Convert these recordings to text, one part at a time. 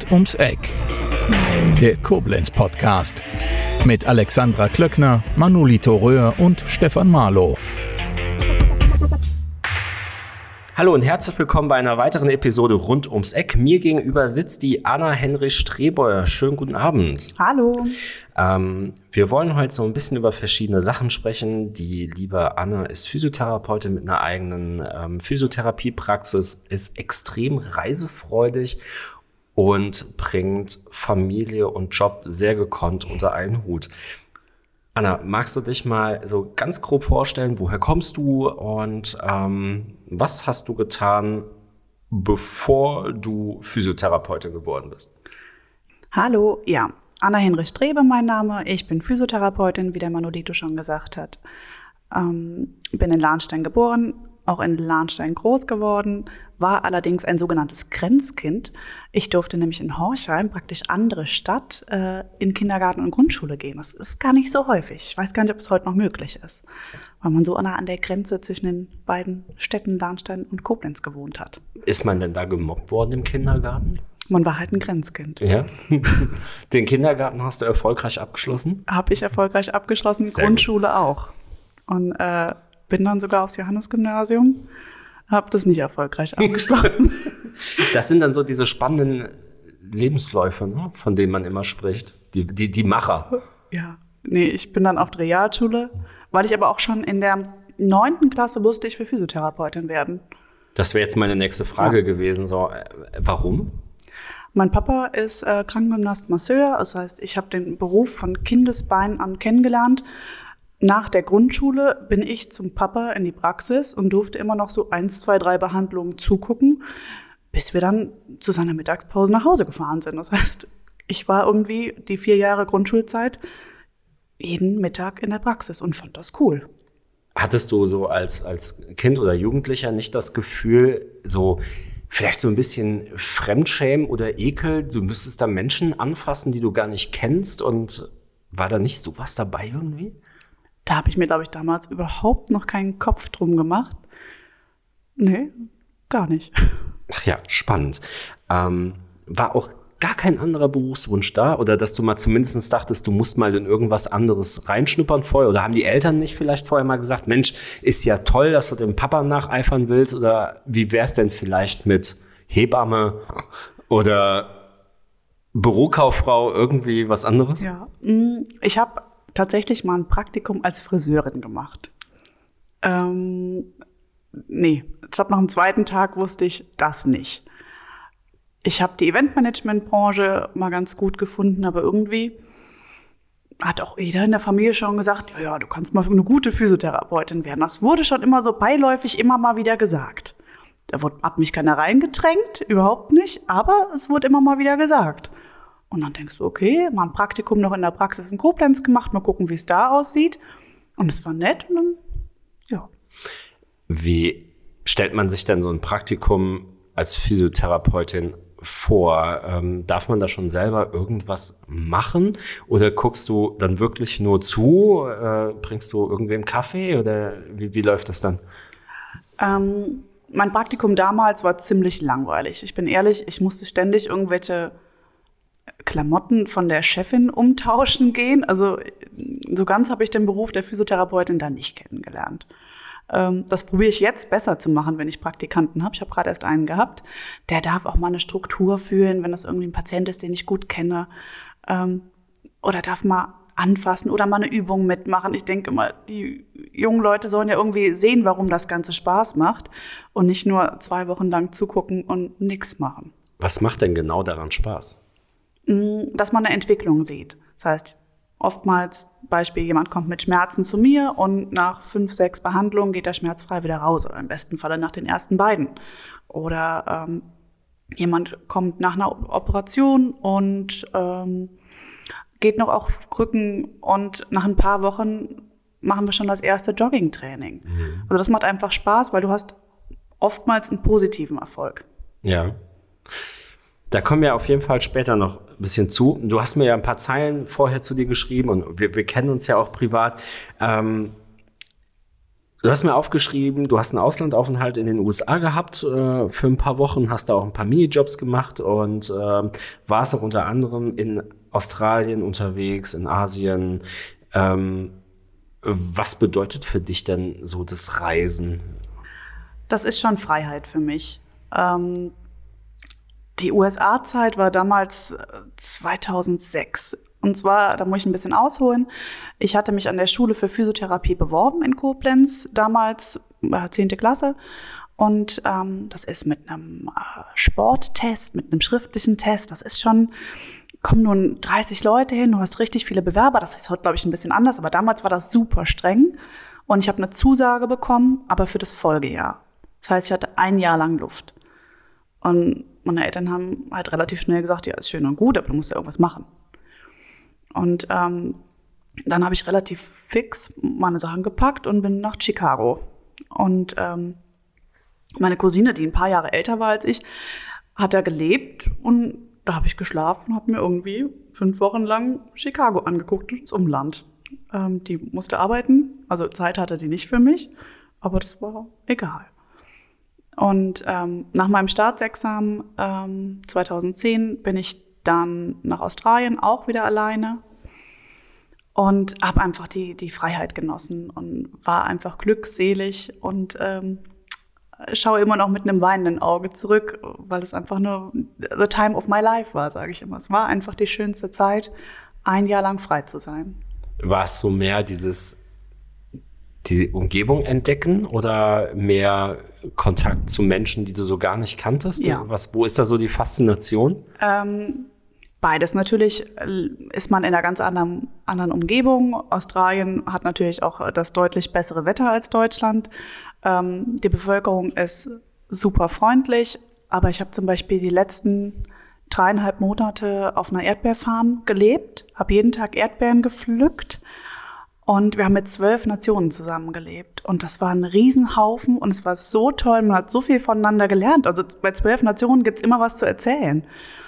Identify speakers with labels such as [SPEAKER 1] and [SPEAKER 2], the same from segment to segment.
[SPEAKER 1] Rund ums Eck. Der Koblenz-Podcast. Mit Alexandra Klöckner, Manolito Röhr und Stefan Marlow.
[SPEAKER 2] Hallo und herzlich willkommen bei einer weiteren Episode Rund ums Eck. Mir gegenüber sitzt die Anna Henrich-Strebeuer. Schönen guten Abend.
[SPEAKER 3] Hallo.
[SPEAKER 2] Wir wollen heute so ein bisschen über verschiedene Sachen sprechen. Die liebe Anna ist Physiotherapeutin mit einer eigenen Physiotherapiepraxis, ist extrem reisefreudig und bringt Familie und Job sehr gekonnt unter einen Hut. Anna, magst du dich mal so ganz grob vorstellen, woher kommst du und was hast du getan, bevor du Physiotherapeutin geworden bist?
[SPEAKER 3] Hallo, ja, Anna Henrich-Strebe mein Name. Ich bin Physiotherapeutin, wie der Manolito schon gesagt hat. Bin in Lahnstein geboren, auch in Lahnstein groß geworden, war allerdings ein sogenanntes Grenzkind. Ich durfte nämlich in Horchheim, praktisch andere Stadt, in Kindergarten und Grundschule gehen. Das ist gar nicht so häufig. Ich weiß gar nicht, ob es heute noch möglich ist, weil man so nah an der Grenze zwischen den beiden Städten Lahnstein und Koblenz gewohnt hat.
[SPEAKER 2] Ist man denn da gemobbt worden im Kindergarten?
[SPEAKER 3] Man war halt ein Grenzkind.
[SPEAKER 2] Ja. Den Kindergarten hast du erfolgreich abgeschlossen?
[SPEAKER 3] Habe ich erfolgreich abgeschlossen,
[SPEAKER 2] Sehr
[SPEAKER 3] Grundschule gut. Auch. Und bin dann sogar aufs Johannes-Gymnasium. Habe das nicht erfolgreich abgeschlossen.
[SPEAKER 2] Das sind dann so diese spannenden Lebensläufe, ne, von denen man immer spricht. Die Macher.
[SPEAKER 3] Ja, nee, ich bin dann auf der Realschule, weil ich aber auch schon in der 9. Klasse wusste, ich will Physiotherapeutin werden.
[SPEAKER 2] Das wäre jetzt meine nächste Frage gewesen. So, warum?
[SPEAKER 3] Mein Papa ist Krankengymnast Masseur. Das heißt, ich habe den Beruf von Kindesbeinen an kennengelernt. Nach der Grundschule bin ich zum Papa in die Praxis und durfte immer noch so 1, 2, 3 Behandlungen zugucken, bis wir dann zu seiner Mittagspause nach Hause gefahren sind. Das heißt, ich war irgendwie die 4 Jahre Grundschulzeit jeden Mittag in der Praxis und fand das cool.
[SPEAKER 2] Hattest du so als Kind oder Jugendlicher nicht das Gefühl, so vielleicht so ein bisschen Fremdschämen oder Ekel, du müsstest da Menschen anfassen, die du gar nicht kennst, und war da nicht so was dabei irgendwie?
[SPEAKER 3] Da habe ich mir, glaube ich, damals überhaupt noch keinen Kopf drum gemacht. Nee, gar nicht.
[SPEAKER 2] Ach ja, spannend. War auch gar kein anderer Berufswunsch da? Oder dass du mal zumindest dachtest, du musst mal in irgendwas anderes reinschnuppern vorher? Oder haben die Eltern nicht vielleicht vorher mal gesagt, Mensch, ist ja toll, dass du dem Papa nacheifern willst? Oder wie wär's denn vielleicht mit Hebamme oder Bürokauffrau, irgendwie was anderes?
[SPEAKER 3] Ja, ich habe tatsächlich mal ein Praktikum als Friseurin gemacht. Nee, ich glaube, nach dem 2. Tag wusste ich das nicht. Ich habe die Eventmanagement-Branche mal ganz gut gefunden, aber irgendwie hat auch jeder in der Familie schon gesagt, ja, du kannst mal eine gute Physiotherapeutin werden. Das wurde schon immer so beiläufig immer mal wieder gesagt. Da hat mich keiner reingedrängt, überhaupt nicht, aber es wurde immer mal wieder gesagt. Und dann denkst du, okay, mal ein Praktikum noch in der Praxis in Koblenz gemacht, mal gucken, wie es da aussieht. Und es war nett und dann, ja.
[SPEAKER 2] Wie stellt man sich denn so ein Praktikum als Physiotherapeutin vor? Darf man da schon selber irgendwas machen? Oder guckst du dann wirklich nur zu? Bringst du irgendwem Kaffee? Oder wie läuft das dann?
[SPEAKER 3] Mein Praktikum damals war ziemlich langweilig. Ich bin ehrlich, ich musste ständig irgendwelche Klamotten von der Chefin umtauschen gehen. Also so ganz habe ich den Beruf der Physiotherapeutin da nicht kennengelernt. Das probiere ich jetzt besser zu machen, wenn ich Praktikanten habe. Ich habe gerade erst einen gehabt. Der darf auch mal eine Struktur führen, wenn das irgendwie ein Patient ist, den ich gut kenne. Oder darf mal anfassen oder mal eine Übung mitmachen. Ich denke immer, die jungen Leute sollen ja irgendwie sehen, warum das Ganze Spaß macht und nicht nur 2 Wochen lang zugucken und nichts machen.
[SPEAKER 2] Was macht denn genau daran Spaß?
[SPEAKER 3] Dass man eine Entwicklung sieht. Das heißt, oftmals, Beispiel, jemand kommt mit Schmerzen zu mir und nach 5, 6 Behandlungen geht der schmerzfrei wieder raus. Oder im besten Falle nach den ersten beiden. Oder jemand kommt nach einer Operation und geht noch auf Krücken und nach ein paar Wochen machen wir schon das erste Jogging-Training. Also das macht einfach Spaß, weil du hast oftmals einen positiven Erfolg.
[SPEAKER 2] Ja. Da kommen wir auf jeden Fall später noch ein bisschen zu. Du hast mir ja ein paar Zeilen vorher zu dir geschrieben und wir kennen uns ja auch privat. Du hast mir aufgeschrieben, du hast einen Auslandaufenthalt in den USA gehabt für ein paar Wochen, hast da auch ein paar Minijobs gemacht und warst auch unter anderem in Australien unterwegs, in Asien. Was bedeutet für dich denn so das Reisen?
[SPEAKER 3] Das ist schon Freiheit für mich. Die USA-Zeit war damals 2006. Und zwar, da muss ich ein bisschen ausholen, ich hatte mich an der Schule für Physiotherapie beworben in Koblenz, damals 10. Klasse. Und das ist mit einem Sporttest, mit einem schriftlichen Test, das ist schon, kommen nun 30 Leute hin, du hast richtig viele Bewerber, das ist heute, glaube ich, ein bisschen anders, aber damals war das super streng. Und ich habe eine Zusage bekommen, aber für das Folgejahr. Das heißt, ich hatte ein Jahr lang Luft. Und meine Eltern haben halt relativ schnell gesagt, ja, ist schön und gut, aber du musst ja irgendwas machen. Und dann habe ich relativ fix meine Sachen gepackt und bin nach Chicago. Und meine Cousine, die ein paar Jahre älter war als ich, hat da gelebt und da habe ich geschlafen und habe mir irgendwie 5 Wochen lang Chicago angeguckt und das Umland. Die musste arbeiten, also Zeit hatte die nicht für mich, aber das war egal. Und nach meinem Staatsexamen 2010 bin ich dann nach Australien, auch wieder alleine und habe einfach die Freiheit genossen und war einfach glückselig und schaue immer noch mit einem weinenden Auge zurück, weil es einfach nur the time of my life war, sage ich immer. Es war einfach die schönste Zeit, ein Jahr lang frei zu sein.
[SPEAKER 2] War es so mehr die Umgebung entdecken oder mehr Kontakt zu Menschen, die du so gar nicht kanntest?
[SPEAKER 3] Ja.
[SPEAKER 2] Wo ist da so die Faszination?
[SPEAKER 3] Beides. Natürlich ist man in einer ganz anderen Umgebung. Australien hat natürlich auch das deutlich bessere Wetter als Deutschland. Die Bevölkerung ist super freundlich, aber ich habe zum Beispiel die letzten 3,5 Monate auf einer Erdbeerfarm gelebt, habe jeden Tag Erdbeeren gepflückt und wir haben mit 12 Nationen zusammengelebt und das war ein Riesenhaufen und es war so toll, man hat so viel voneinander gelernt. Also bei 12 Nationen gibt's immer was zu erzählen.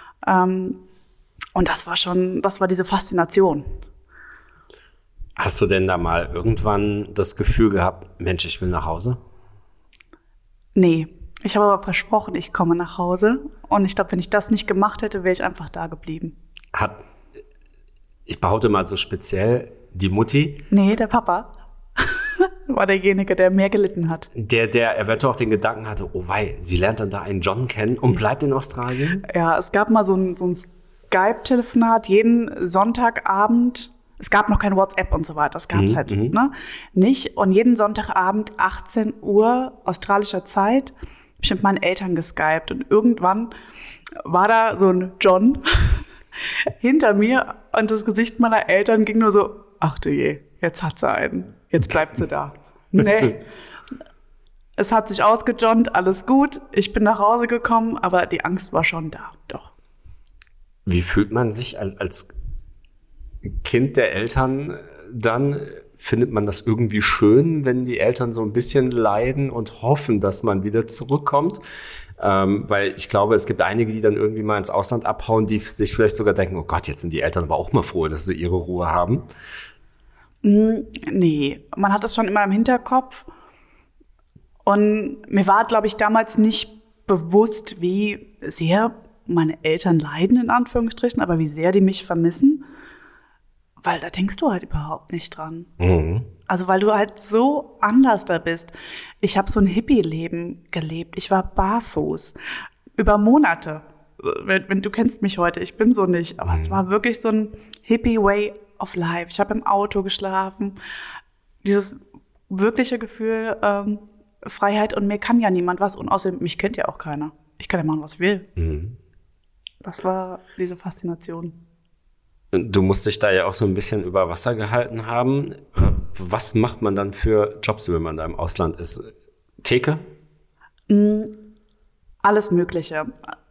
[SPEAKER 3] Und das war diese Faszination.
[SPEAKER 2] Hast du denn da mal irgendwann das Gefühl gehabt, Mensch, ich will nach Hause?
[SPEAKER 3] Nee, ich habe aber versprochen, ich komme nach Hause. Und ich glaube, wenn ich das nicht gemacht hätte, wäre ich einfach da geblieben.
[SPEAKER 2] Ich behaupte mal so speziell, die Mutti?
[SPEAKER 3] Nee, der Papa war derjenige, der mehr gelitten hat.
[SPEAKER 2] Der eventuell auch den Gedanken hatte, oh wei, sie lernt dann da einen John kennen und bleibt in Australien?
[SPEAKER 3] Ja, es gab mal so ein Skype-Telefonat jeden Sonntagabend. Es gab noch kein WhatsApp und so weiter, das gab es halt nicht. Und jeden Sonntagabend 18 Uhr australischer Zeit habe ich mit meinen Eltern geskypt. Und irgendwann war da so ein John hinter mir und das Gesicht meiner Eltern ging nur so, ach du je, jetzt hat sie einen, jetzt bleibt sie da. Nee, es hat sich ausgejohnt, alles gut, ich bin nach Hause gekommen, aber die Angst war schon da, doch.
[SPEAKER 2] Wie fühlt man sich als Kind der Eltern dann? Findet man das irgendwie schön, wenn die Eltern so ein bisschen leiden und hoffen, dass man wieder zurückkommt? Weil ich glaube, es gibt einige, die dann irgendwie mal ins Ausland abhauen, die sich vielleicht sogar denken, oh Gott, jetzt sind die Eltern aber auch mal froh, dass sie ihre Ruhe haben. Nee, man hat das schon immer im Hinterkopf. Und mir war, glaube ich, damals nicht bewusst, wie sehr meine Eltern leiden, in Anführungsstrichen, aber wie sehr die mich vermissen. Weil da denkst du halt überhaupt nicht dran. Mhm. Also weil du halt so anders da bist. Ich habe so ein Hippie-Leben gelebt. Ich war barfuß über Monate. Wenn du kennst mich heute, ich bin so nicht. Aber es war wirklich so ein Hippie-Way of Life. Ich habe im Auto geschlafen. Dieses wirkliche Gefühl, Freiheit und mir kann ja niemand was. Und außerdem, mich kennt ja auch keiner. Ich kann ja machen, was ich will. Mhm. Das war diese Faszination. Du musst dich da ja auch so ein bisschen über Wasser gehalten haben. Was macht man dann für Jobs, wenn man da im Ausland ist? Theke? Alles Mögliche.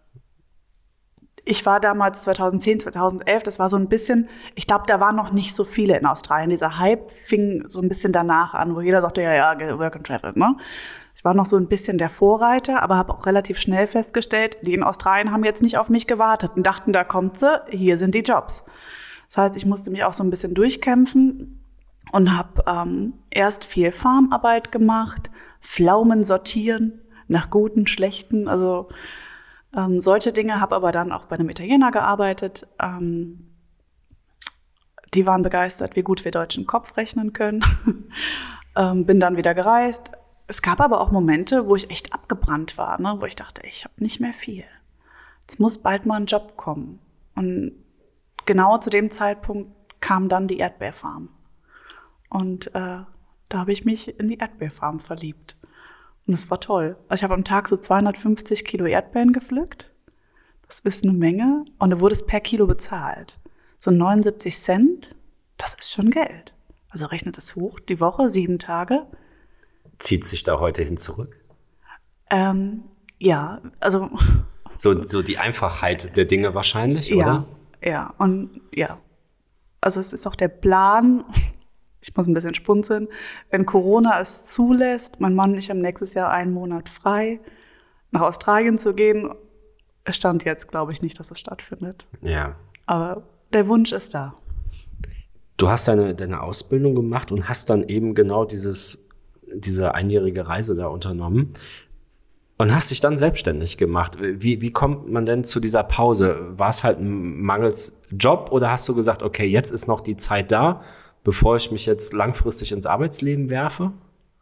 [SPEAKER 2] Ich war damals 2010, 2011, das war so ein bisschen, ich glaube, da waren noch nicht so viele in Australien. Dieser Hype fing so ein bisschen danach an, wo jeder sagte, ja, work and travel, ne? Ich war noch so ein bisschen der Vorreiter, aber habe auch relativ schnell festgestellt, die in Australien haben jetzt nicht auf mich gewartet und dachten, da kommt sie, hier sind die Jobs. Das heißt, ich musste mich auch so ein bisschen durchkämpfen
[SPEAKER 3] und habe erst viel Farmarbeit gemacht, Pflaumen sortieren nach guten, schlechten, also solche Dinge, habe aber dann auch bei einem Italiener gearbeitet. Die waren begeistert, wie gut wir Deutschen Kopf rechnen können. Bin dann wieder gereist. Es gab aber auch Momente, wo ich echt abgebrannt war, ne? Wo ich dachte, ich habe nicht mehr viel. Jetzt muss bald mal ein Job kommen. Und genau zu dem Zeitpunkt kam dann die Erdbeerfarm. Und da habe ich mich in die Erdbeerfarm verliebt. Und es war toll. Also ich habe am Tag so 250 Kilo Erdbeeren gepflückt. Das ist eine Menge. Und da wurde es per Kilo bezahlt. So 79 Cent, das ist schon Geld. Also rechnet es hoch, die Woche, 7 Tage.
[SPEAKER 2] Zieht sich da heute hin zurück?
[SPEAKER 3] Ja, also...
[SPEAKER 2] So die Einfachheit der Dinge wahrscheinlich, oder?
[SPEAKER 3] Ja, und ja. Also es ist auch der Plan, ich muss ein bisschen spunzeln, wenn Corona es zulässt, mein Mann und ich haben nächstes Jahr 1 Monat frei, nach Australien zu gehen. Es stand jetzt, glaube ich, nicht, dass es stattfindet.
[SPEAKER 2] Ja.
[SPEAKER 3] Aber der Wunsch ist da.
[SPEAKER 2] Du hast deine Ausbildung gemacht und hast dann eben genau diese einjährige Reise da unternommen und hast dich dann selbstständig gemacht. Wie kommt man denn zu dieser Pause? War es halt ein mangels Job oder hast du gesagt, okay, jetzt ist noch die Zeit da, bevor ich mich jetzt langfristig ins Arbeitsleben werfe?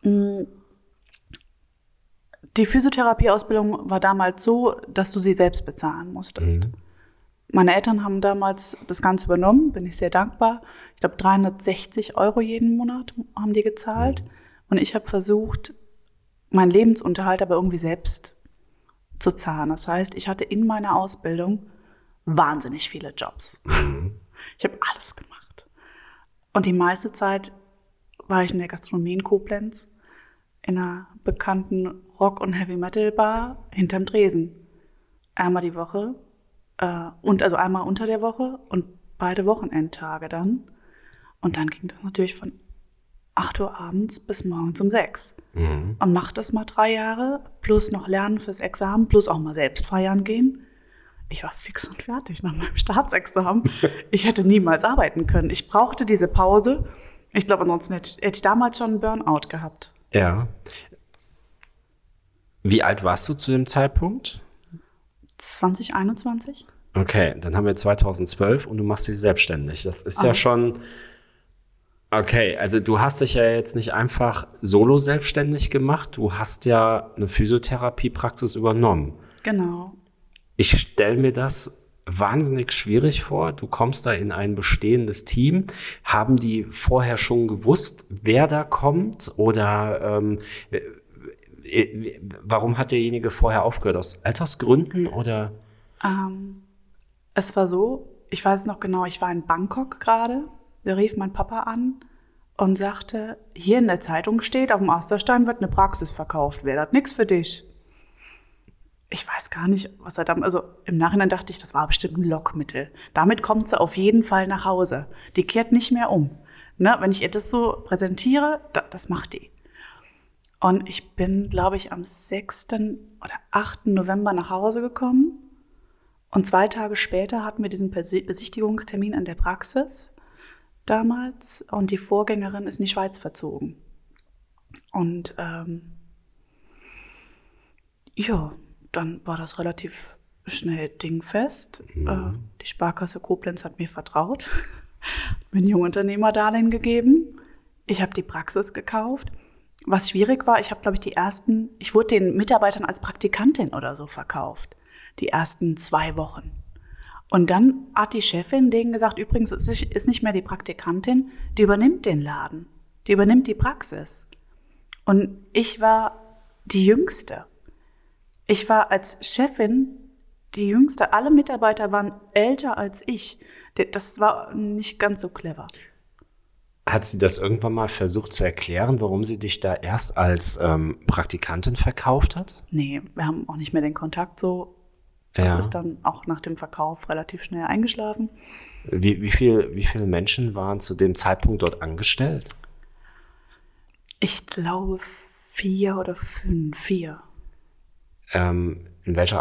[SPEAKER 3] Die Physiotherapieausbildung war damals so, dass du sie selbst bezahlen musstest. Mhm. Meine Eltern haben damals das Ganze übernommen, bin ich sehr dankbar. Ich glaube, 360 € jeden Monat haben die gezahlt. Mhm. Und ich habe versucht, meinen Lebensunterhalt aber irgendwie selbst zu zahlen. Das heißt, ich hatte in meiner Ausbildung wahnsinnig viele Jobs. Mhm. Ich habe alles gemacht. Und die meiste Zeit war ich in der Gastronomie in Koblenz, in einer bekannten Rock- und Heavy-Metal-Bar hinterm Tresen. Einmal die Woche. Und also einmal unter der Woche und beide Wochenendtage dann. Und dann ging das natürlich von 8 Uhr abends bis morgens um 6. Mhm. Und mach das mal 3 Jahre, plus noch lernen fürs Examen, plus auch mal selbst feiern gehen. Ich war fix und fertig nach meinem Staatsexamen. Ich hätte niemals arbeiten können. Ich brauchte diese Pause. Ich glaube, ansonsten hätte ich damals schon einen Burnout gehabt.
[SPEAKER 2] Ja. Wie alt warst du zu dem Zeitpunkt?
[SPEAKER 3] 2021.
[SPEAKER 2] Okay, dann haben wir 2012 und du machst dich selbstständig. Das ist ja schon, okay, also du hast dich ja jetzt nicht einfach solo selbstständig gemacht, du hast ja eine Physiotherapiepraxis übernommen.
[SPEAKER 3] Genau.
[SPEAKER 2] Ich stelle mir das wahnsinnig schwierig vor. Du kommst da in ein bestehendes Team. Haben die vorher schon gewusst, wer da kommt? Oder warum hat derjenige vorher aufgehört? Aus Altersgründen oder?
[SPEAKER 3] Es war so, ich weiß es noch genau, ich war in Bangkok gerade. Da rief mein Papa an und sagte, hier in der Zeitung steht, auf dem Asterstein wird eine Praxis verkauft. Wäre das nichts für dich? Ich weiß gar nicht, was er da, also im Nachhinein dachte ich, das war bestimmt ein Lockmittel. Damit kommt sie auf jeden Fall nach Hause. Die kehrt nicht mehr um. Ne? Wenn ich ihr das so präsentiere, das macht die. Und ich bin, glaube ich, am 6. oder 8. November nach Hause gekommen. Und 2 Tage später hatten wir diesen Besichtigungstermin in der Praxis damals. Und die Vorgängerin ist in die Schweiz verzogen. Und ja, dann war das relativ schnell dingfest. Mhm. Die Sparkasse Koblenz hat mir vertraut, hat mir ein Jungunternehmerdarlehen gegeben. Ich habe die Praxis gekauft. Was schwierig war, ich habe, glaube ich, ich wurde den Mitarbeitern als Praktikantin oder so verkauft. Die ersten 2 Wochen. Und dann hat die Chefin denen gesagt, übrigens, es ist nicht mehr die Praktikantin, die übernimmt den Laden. Die übernimmt die Praxis. Und ich war die Jüngste. Ich war als Chefin die Jüngste. Alle Mitarbeiter waren älter als ich. Das war nicht ganz so clever.
[SPEAKER 2] Hat sie das irgendwann mal versucht zu erklären, warum sie dich da erst als Praktikantin verkauft hat?
[SPEAKER 3] Nee, wir haben auch nicht mehr den Kontakt so. Das ist dann auch nach dem Verkauf relativ schnell eingeschlafen.
[SPEAKER 2] Wie viele Menschen waren zu dem Zeitpunkt dort angestellt?
[SPEAKER 3] Ich glaube 4 oder 5. 4.
[SPEAKER 2] In welcher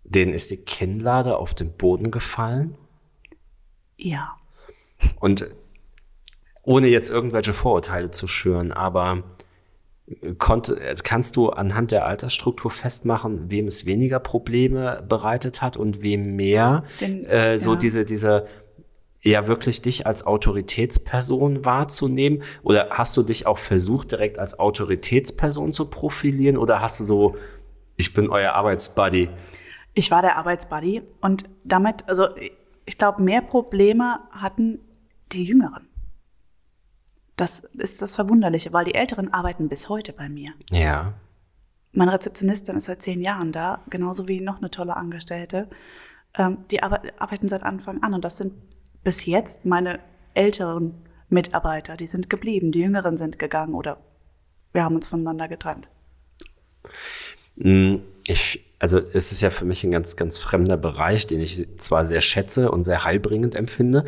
[SPEAKER 2] denen ist die Kinnlade auf den Boden gefallen?
[SPEAKER 3] Ja.
[SPEAKER 2] Und ohne jetzt irgendwelche Vorurteile zu schüren, aber kannst du anhand der Altersstruktur festmachen, wem es weniger Probleme bereitet hat und wem mehr? Diese ja wirklich dich als Autoritätsperson wahrzunehmen? Oder hast du dich auch versucht, direkt als Autoritätsperson zu profilieren? Oder hast du so, ich bin euer Arbeitsbuddy?
[SPEAKER 3] Ich war der Arbeitsbuddy und damit, also ich glaube, mehr Probleme hatten die Jüngeren. Das ist das Verwunderliche, weil die Älteren arbeiten bis heute bei mir.
[SPEAKER 2] Ja.
[SPEAKER 3] Meine Rezeptionistin ist seit 10 Jahren da, genauso wie noch eine tolle Angestellte. Die arbeiten seit Anfang an und das sind bis jetzt meine älteren Mitarbeiter. Die sind geblieben, die Jüngeren sind gegangen oder wir haben uns voneinander getrennt.
[SPEAKER 2] Also es ist ja für mich ein ganz, ganz fremder Bereich, den ich zwar sehr schätze und sehr heilbringend empfinde,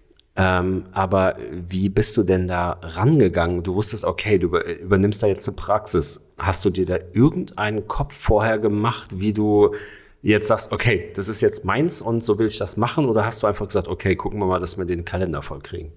[SPEAKER 2] aber wie bist du denn da rangegangen? Du wusstest, okay, du übernimmst da jetzt eine Praxis. Hast du dir da irgendeinen Kopf vorher gemacht, wie du jetzt sagst, okay, das ist jetzt meins und so will ich das machen? Oder hast du einfach gesagt, okay, gucken wir mal, dass wir den Kalender voll kriegen?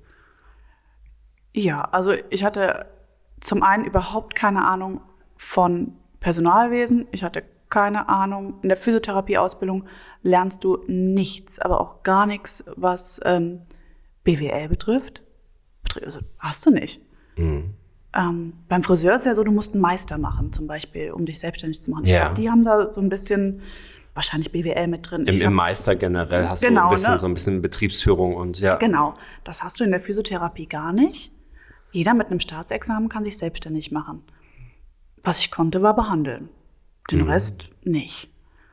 [SPEAKER 3] Ja, also ich hatte zum einen überhaupt keine Ahnung von Personalwesen. Ich hatte keine Ahnung. In der Physiotherapieausbildung lernst du nichts, aber auch gar nichts, was BWL betrifft. Also hast du nicht.
[SPEAKER 2] Mhm.
[SPEAKER 3] Beim Friseur ist ja so, du musst einen Meister machen, zum Beispiel, um dich selbstständig zu machen. Ich
[SPEAKER 2] Ja.
[SPEAKER 3] glaube, die haben da so ein bisschen, wahrscheinlich BWL mit drin.
[SPEAKER 2] Im Meister generell hast du so ein bisschen Betriebsführung und ja.
[SPEAKER 3] Genau, das hast du in der Physiotherapie gar nicht. Jeder mit einem Staatsexamen kann sich selbstständig machen. Was ich konnte, war behandeln. Den Rest nicht.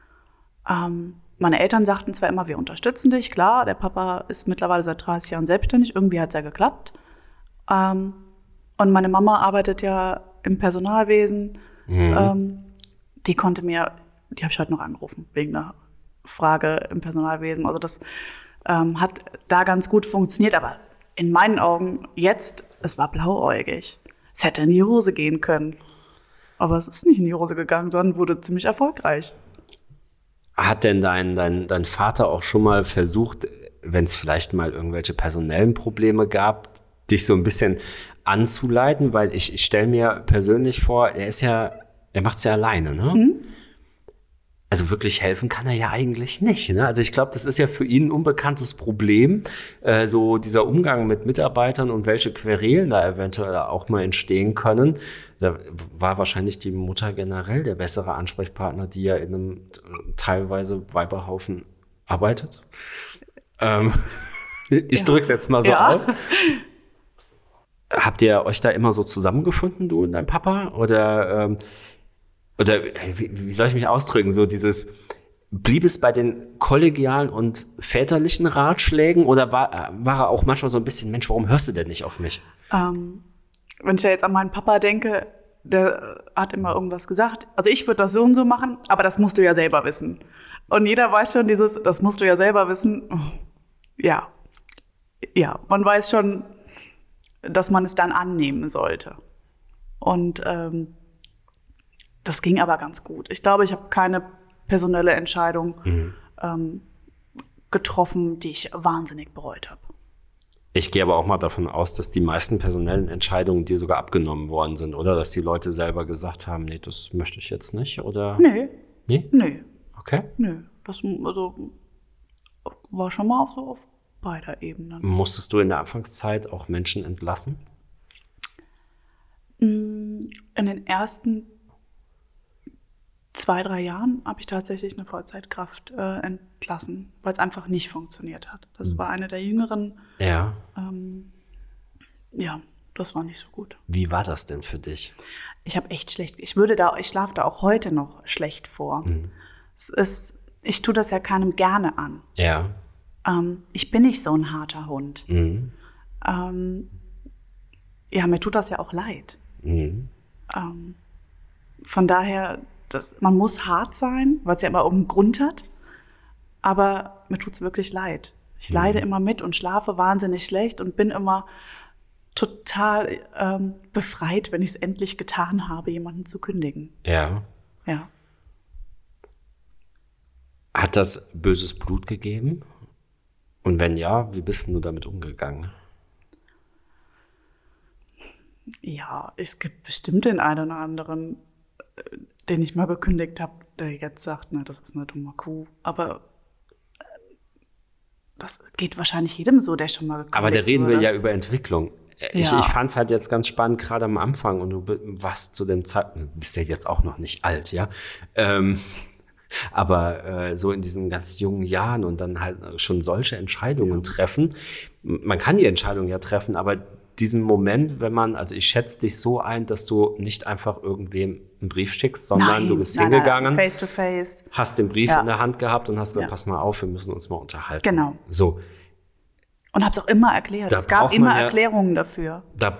[SPEAKER 3] Meine Eltern sagten zwar immer, wir unterstützen dich, klar, der Papa ist mittlerweile seit 30 Jahren selbstständig, irgendwie hat es ja geklappt. Und meine Mama arbeitet ja im Personalwesen. Die habe ich heute noch angerufen, wegen einer Frage im Personalwesen. Also das hat da ganz gut funktioniert, aber in meinen Augen jetzt, es war blauäugig. Es hätte in die Hose gehen können. Aber es ist nicht in die Hose gegangen, sondern wurde ziemlich erfolgreich.
[SPEAKER 2] Hat denn dein Vater auch schon mal versucht, wenn es vielleicht mal irgendwelche personellen Probleme gab, dich so ein bisschen anzuleiten? Weil ich stelle mir persönlich vor, er macht es ja alleine, ne? Mhm. Also wirklich helfen kann er ja eigentlich nicht, ne? Also ich glaube, das ist ja für ihn ein unbekanntes Problem, so dieser Umgang mit Mitarbeitern und welche Querelen da eventuell auch mal entstehen können. Da war wahrscheinlich die Mutter generell der bessere Ansprechpartner, die ja in einem teilweise Weiberhaufen arbeitet. Ich drücke es jetzt mal so aus. Habt ihr euch da immer so zusammengefunden, du und dein Papa? Oder wie soll ich mich ausdrücken? So blieb es bei den kollegialen und väterlichen Ratschlägen oder war er auch manchmal so ein bisschen, Mensch, warum hörst du denn nicht auf mich?
[SPEAKER 3] Wenn ich ja jetzt an meinen Papa denke, der hat immer irgendwas gesagt. Also ich würde das so und so machen, aber das musst du ja selber wissen. Und jeder weiß schon das musst du ja selber wissen. Ja, man weiß schon, dass man es dann annehmen sollte. Und das ging aber ganz gut. Ich glaube, ich habe keine personelle Entscheidung getroffen, die ich wahnsinnig bereut habe.
[SPEAKER 2] Ich gehe aber auch mal davon aus, dass die meisten personellen Entscheidungen dir sogar abgenommen worden sind, oder? Dass die Leute selber gesagt haben, nee, das möchte ich jetzt nicht, oder?
[SPEAKER 3] Nee.
[SPEAKER 2] Nee?
[SPEAKER 3] Nee.
[SPEAKER 2] Okay.
[SPEAKER 3] Nee. Das war schon mal auf beider Ebenen.
[SPEAKER 2] Musstest du in der Anfangszeit auch Menschen entlassen?
[SPEAKER 3] In den ersten 2-3 Jahren habe ich tatsächlich eine Vollzeitkraft entlassen, weil es einfach nicht funktioniert hat. Das war eine der jüngeren.
[SPEAKER 2] Ja.
[SPEAKER 3] Das war nicht so gut.
[SPEAKER 2] Wie war das denn für dich?
[SPEAKER 3] Ich habe echt schlecht. Ich schlafe da auch heute noch schlecht vor. Ich tue das ja keinem gerne an.
[SPEAKER 2] Ja.
[SPEAKER 3] Ich bin nicht so ein harter Hund.
[SPEAKER 2] Mhm.
[SPEAKER 3] Mir tut das ja auch leid.
[SPEAKER 2] Mhm.
[SPEAKER 3] Von daher, man muss hart sein, weil es ja immer irgendeinen Grund hat. Aber mir tut es wirklich leid. Ich leide immer mit und schlafe wahnsinnig schlecht und bin immer total befreit, wenn ich es endlich getan habe, jemanden zu kündigen.
[SPEAKER 2] Ja.
[SPEAKER 3] Ja.
[SPEAKER 2] Hat das böses Blut gegeben? Und wenn ja, wie bist du damit umgegangen?
[SPEAKER 3] Ja, es gibt bestimmt den einen oder anderen, den ich mal gekündigt habe, der jetzt sagt, na, das ist eine dumme Kuh. Aber das geht wahrscheinlich jedem so, der schon mal gekündigt
[SPEAKER 2] Aber da reden
[SPEAKER 3] wurde.
[SPEAKER 2] wir ja über Entwicklung. Ich fand es halt jetzt ganz spannend, gerade am Anfang. Und du warst zu dem Zeitpunkt, du bist ja jetzt auch noch nicht alt, ja. Aber so in diesen ganz jungen Jahren und dann halt schon solche Entscheidungen treffen. Man kann die Entscheidung ja treffen, aber diesen Moment, wenn man, also ich schätze dich so ein, dass du nicht einfach irgendwem einen Brief schickst, sondern du bist hingegangen,
[SPEAKER 3] face to face,
[SPEAKER 2] hast den Brief in der Hand gehabt und hast gesagt, pass mal auf, wir müssen uns mal unterhalten.
[SPEAKER 3] Genau.
[SPEAKER 2] So.
[SPEAKER 3] Und habe es auch immer erklärt. Es gab immer Erklärungen dafür.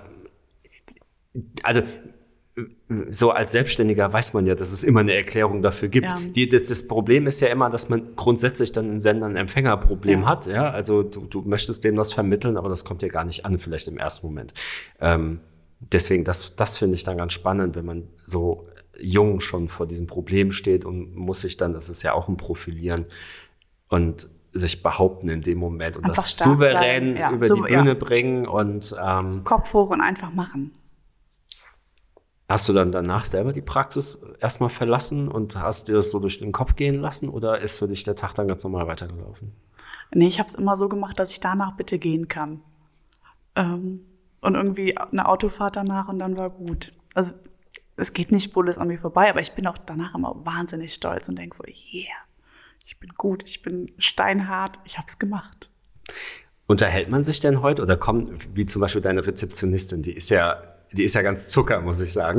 [SPEAKER 2] Also so als Selbstständiger weiß man ja, dass es immer eine Erklärung dafür gibt. Ja. Das Problem ist ja immer, dass man grundsätzlich dann ein Sender- und Empfängerproblem hat. Ja? Also du möchtest dem was vermitteln, aber das kommt dir gar nicht an, vielleicht im ersten Moment. Deswegen, das finde ich dann ganz spannend, wenn man so jung schon vor diesem Problem steht und muss sich dann, das ist ja auch ein Profilieren und sich behaupten in dem Moment und einfach das souverän über die Bühne bringen und
[SPEAKER 3] Kopf hoch und einfach machen.
[SPEAKER 2] Hast du dann danach selber die Praxis erstmal verlassen und hast dir das so durch den Kopf gehen lassen oder ist für dich der Tag dann ganz normal weitergelaufen?
[SPEAKER 3] Nee, ich habe es immer so gemacht, dass ich danach bitte gehen kann. Und irgendwie eine Autofahrt danach und dann war gut. Also es geht nicht spurlos an mir vorbei, aber ich bin auch danach immer wahnsinnig stolz und denke so, yeah, ich bin gut, ich bin steinhart, ich habe es gemacht.
[SPEAKER 2] Unterhält man sich denn heute oder kommt, wie zum Beispiel deine Rezeptionistin, die ist ja ganz Zucker, muss ich sagen.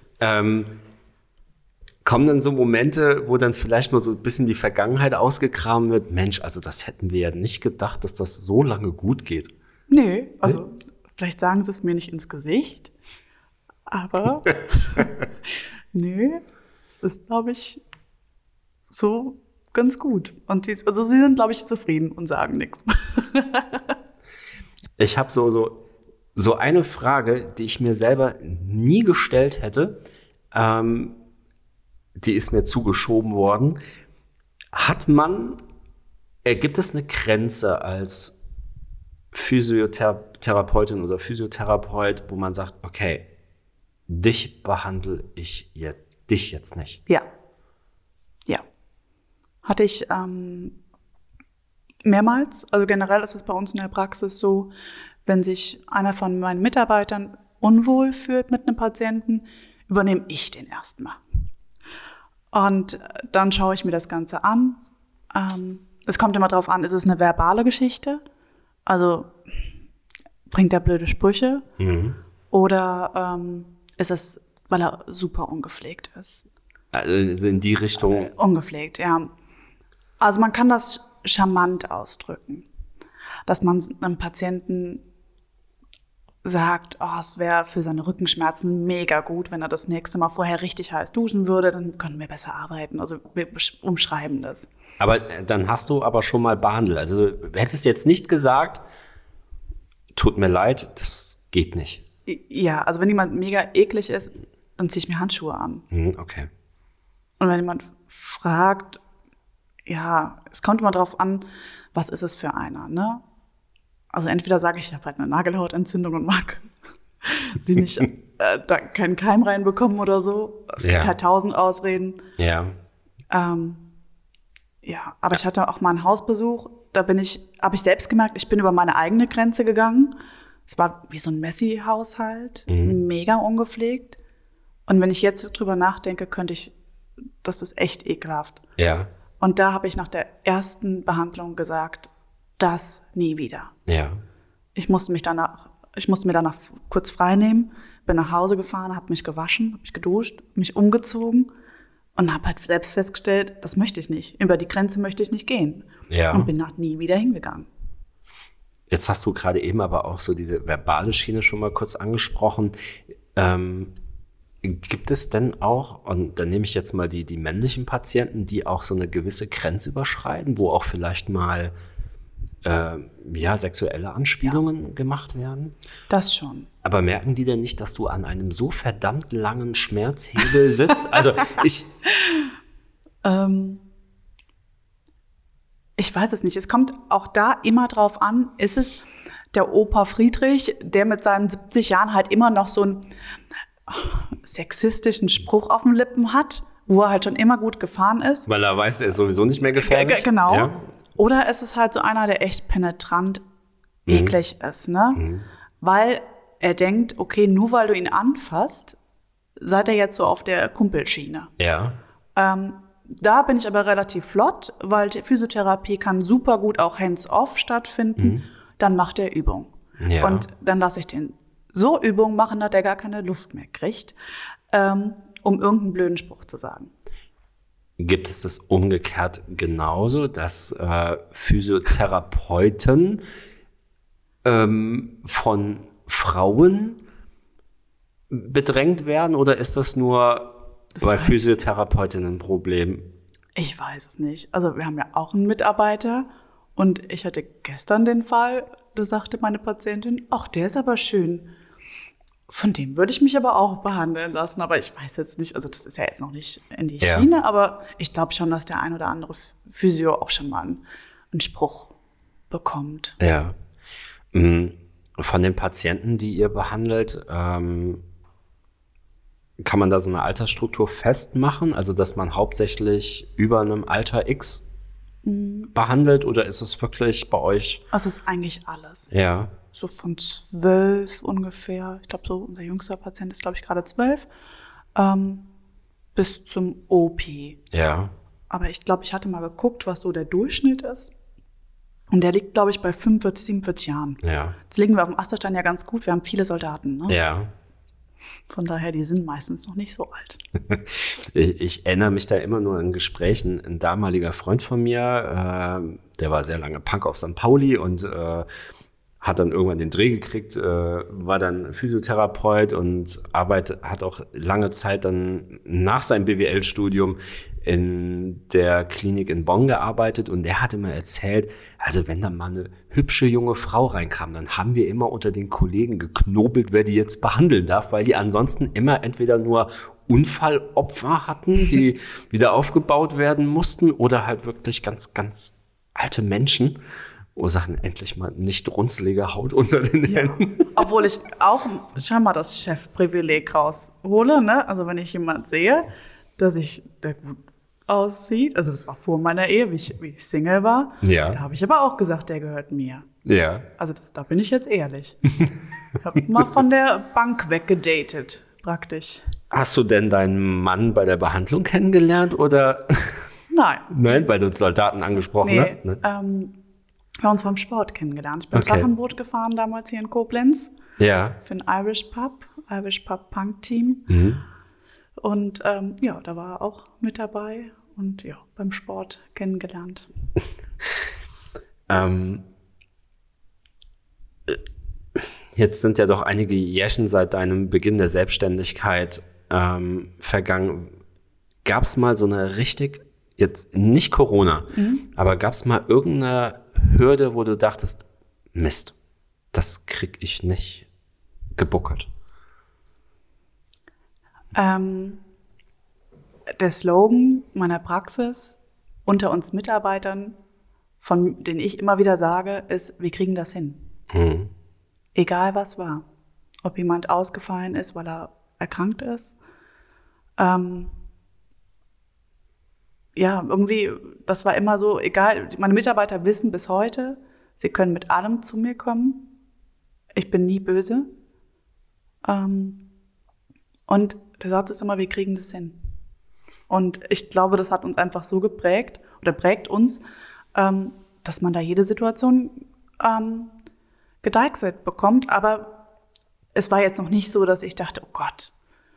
[SPEAKER 2] Kommen dann so Momente, wo dann vielleicht mal so ein bisschen die Vergangenheit ausgegraben wird? Mensch, also das hätten wir ja nicht gedacht, dass das so lange gut geht.
[SPEAKER 3] Nee, also vielleicht sagen sie es mir nicht ins Gesicht, aber nee, es ist, glaube ich, so ganz gut. Und sie sind, glaube ich, zufrieden und sagen nichts.
[SPEAKER 2] Ich habe so eine Frage, die ich mir selber nie gestellt hätte, die ist mir zugeschoben worden. Gibt es eine Grenze als Physiotherapeutin oder Physiotherapeut, wo man sagt, okay, dich behandle ich dich jetzt nicht?
[SPEAKER 3] Ja. Hatte ich mehrmals. Also generell ist es bei uns in der Praxis so, wenn sich einer von meinen Mitarbeitern unwohl fühlt mit einem Patienten, übernehme ich den erstmal. Und dann schaue ich mir das Ganze an. Es kommt immer darauf an, ist es eine verbale Geschichte? Also bringt er blöde Sprüche? Oder ist es, weil er super ungepflegt ist?
[SPEAKER 2] Also in die Richtung?
[SPEAKER 3] Ungepflegt, ja. Also man kann das charmant ausdrücken, dass man einem Patienten sagt, es wäre für seine Rückenschmerzen mega gut, wenn er das nächste Mal vorher richtig heiß duschen würde, dann können wir besser arbeiten. Also wir umschreiben das.
[SPEAKER 2] Aber dann hast du aber schon mal behandelt. Also du hättest jetzt nicht gesagt, tut mir leid, das geht nicht.
[SPEAKER 3] Ja, also wenn jemand mega eklig ist, dann ziehe ich mir Handschuhe an.
[SPEAKER 2] Okay.
[SPEAKER 3] Und wenn jemand fragt, ja, es kommt immer drauf an, was ist es für einer, ne? Also entweder sage ich habe halt eine Nagelhautentzündung und mag sie nicht da keinen Keim reinbekommen oder so. Es gibt halt 1000 Ausreden.
[SPEAKER 2] Ja.
[SPEAKER 3] Aber ich hatte auch mal einen Hausbesuch, habe ich selbst gemerkt, ich bin über meine eigene Grenze gegangen. Es war wie so ein Messi-Haushalt, mega ungepflegt. Und wenn ich jetzt drüber nachdenke, das ist echt ekelhaft.
[SPEAKER 2] Ja.
[SPEAKER 3] Und da habe ich nach der ersten Behandlung gesagt, das nie wieder.
[SPEAKER 2] Ja.
[SPEAKER 3] Ich musste mir danach kurz frei nehmen, bin nach Hause gefahren, habe mich gewaschen, habe mich geduscht, mich umgezogen und habe halt selbst festgestellt, das möchte ich nicht. Über die Grenze möchte ich nicht gehen. Ja. Und bin nie wieder hingegangen.
[SPEAKER 2] Jetzt hast du gerade eben aber auch so diese verbale Schiene schon mal kurz angesprochen. Gibt es denn auch, und dann nehme ich jetzt mal die männlichen Patienten, die auch so eine gewisse Grenze überschreiten, wo auch vielleicht mal sexuelle Anspielungen gemacht werden?
[SPEAKER 3] Das schon.
[SPEAKER 2] Aber merken die denn nicht, dass du an einem so verdammt langen Schmerzhebel sitzt? Also
[SPEAKER 3] Ich weiß es nicht. Es kommt auch da immer drauf an, ist es der Opa Friedrich, der mit seinen 70 Jahren halt immer noch so einen sexistischen Spruch auf den Lippen hat, wo er halt schon immer gut gefahren ist.
[SPEAKER 2] Weil er weiß, er ist sowieso nicht mehr gefährlich.
[SPEAKER 3] Genau.
[SPEAKER 2] Ja.
[SPEAKER 3] Oder ist es halt so einer, der echt penetrant eklig ist, ne? Weil er denkt, okay, nur weil du ihn anfasst, seid ihr jetzt so auf der Kumpelschiene.
[SPEAKER 2] Ja.
[SPEAKER 3] Da bin ich aber relativ flott, weil die Physiotherapie kann super gut auch hands-off stattfinden. Dann macht er Übung.
[SPEAKER 2] Ja.
[SPEAKER 3] Und dann lasse ich den so Übungen machen, dass der gar keine Luft mehr kriegt, um irgendeinen blöden Spruch zu sagen.
[SPEAKER 2] Gibt es das umgekehrt genauso, dass Physiotherapeuten von Frauen bedrängt werden, oder ist das nur bei Physiotherapeutinnen ein Problem?
[SPEAKER 3] Ich weiß es nicht. Also wir haben ja auch einen Mitarbeiter und ich hatte gestern den Fall, da sagte meine Patientin, ach, der ist aber schön. Von dem würde ich mich aber auch behandeln lassen, aber ich weiß jetzt nicht, also das ist ja jetzt noch nicht in die Schiene, aber ich glaube schon, dass der ein oder andere Physio auch schon mal einen Spruch bekommt.
[SPEAKER 2] Ja. Von den Patienten, die ihr behandelt, kann man da so eine Altersstruktur festmachen? Also, dass man hauptsächlich über einem Alter X behandelt, oder ist es wirklich bei euch?
[SPEAKER 3] Also es ist eigentlich alles.
[SPEAKER 2] Ja.
[SPEAKER 3] So von 12 ungefähr, ich glaube so, unser jüngster Patient ist, glaube ich, gerade 12, bis zum OP.
[SPEAKER 2] Ja.
[SPEAKER 3] Aber ich glaube, ich hatte mal geguckt, was so der Durchschnitt ist. Und der liegt, glaube ich, bei 45, 47 Jahren.
[SPEAKER 2] Ja.
[SPEAKER 3] Jetzt liegen wir auf dem Asterstein ja ganz gut, wir haben viele Soldaten, ne?
[SPEAKER 2] Ja.
[SPEAKER 3] Von daher, die sind meistens noch nicht so alt.
[SPEAKER 2] Ich erinnere mich da immer nur an Gesprächen. Ein damaliger Freund von mir, der war sehr lange Punk auf St. Pauli und hat dann irgendwann den Dreh gekriegt, war dann Physiotherapeut und hat auch lange Zeit dann nach seinem BWL-Studium in der Klinik in Bonn gearbeitet, und der hatte mir erzählt, also wenn da mal eine hübsche junge Frau reinkam, dann haben wir immer unter den Kollegen geknobelt, wer die jetzt behandeln darf, weil die ansonsten immer entweder nur Unfallopfer hatten, die wieder aufgebaut werden mussten, oder halt wirklich ganz, ganz alte Menschen, wo Sachen endlich mal nicht runzlige Haut unter den Händen.
[SPEAKER 3] Obwohl ich auch schon mal das Chefprivileg raushole, ne? Also wenn ich jemand sehe, der gut aussieht, also das war vor meiner Ehe, wie ich Single war, da habe ich aber auch gesagt, der gehört mir.
[SPEAKER 2] Ja.
[SPEAKER 3] Also da bin ich jetzt ehrlich. Ich habe mal von der Bank weggedatet, praktisch.
[SPEAKER 2] Hast du denn deinen Mann bei der Behandlung kennengelernt, oder?
[SPEAKER 3] Nein.
[SPEAKER 2] Nein, weil du Soldaten angesprochen hast, ne?
[SPEAKER 3] Wir haben uns beim Sport kennengelernt. Ich bin Drachenboot gefahren damals hier in Koblenz.
[SPEAKER 2] Ja.
[SPEAKER 3] Für ein Irish Pub Punk Team. Und da war er auch mit dabei und ja, beim Sport kennengelernt.
[SPEAKER 2] Jetzt sind ja doch einige Jährchen seit deinem Beginn der Selbstständigkeit vergangen. Gab es mal so eine jetzt nicht Corona, aber gab es mal irgendeine Hürde, wo du dachtest, Mist, das krieg ich nicht gebuckert?
[SPEAKER 3] Der Slogan meiner Praxis unter uns Mitarbeitern, von denen ich immer wieder sage, ist, wir kriegen das hin. Egal was war. Ob jemand ausgefallen ist, weil er erkrankt ist. Irgendwie, das war immer so, egal. Meine Mitarbeiter wissen bis heute, sie können mit allem zu mir kommen. Ich bin nie böse. Und der Satz ist immer, wir kriegen das hin. Und ich glaube, das hat uns einfach so geprägt oder prägt uns, dass man da jede Situation gedeichselt bekommt. Aber es war jetzt noch nicht so, dass ich dachte, oh Gott,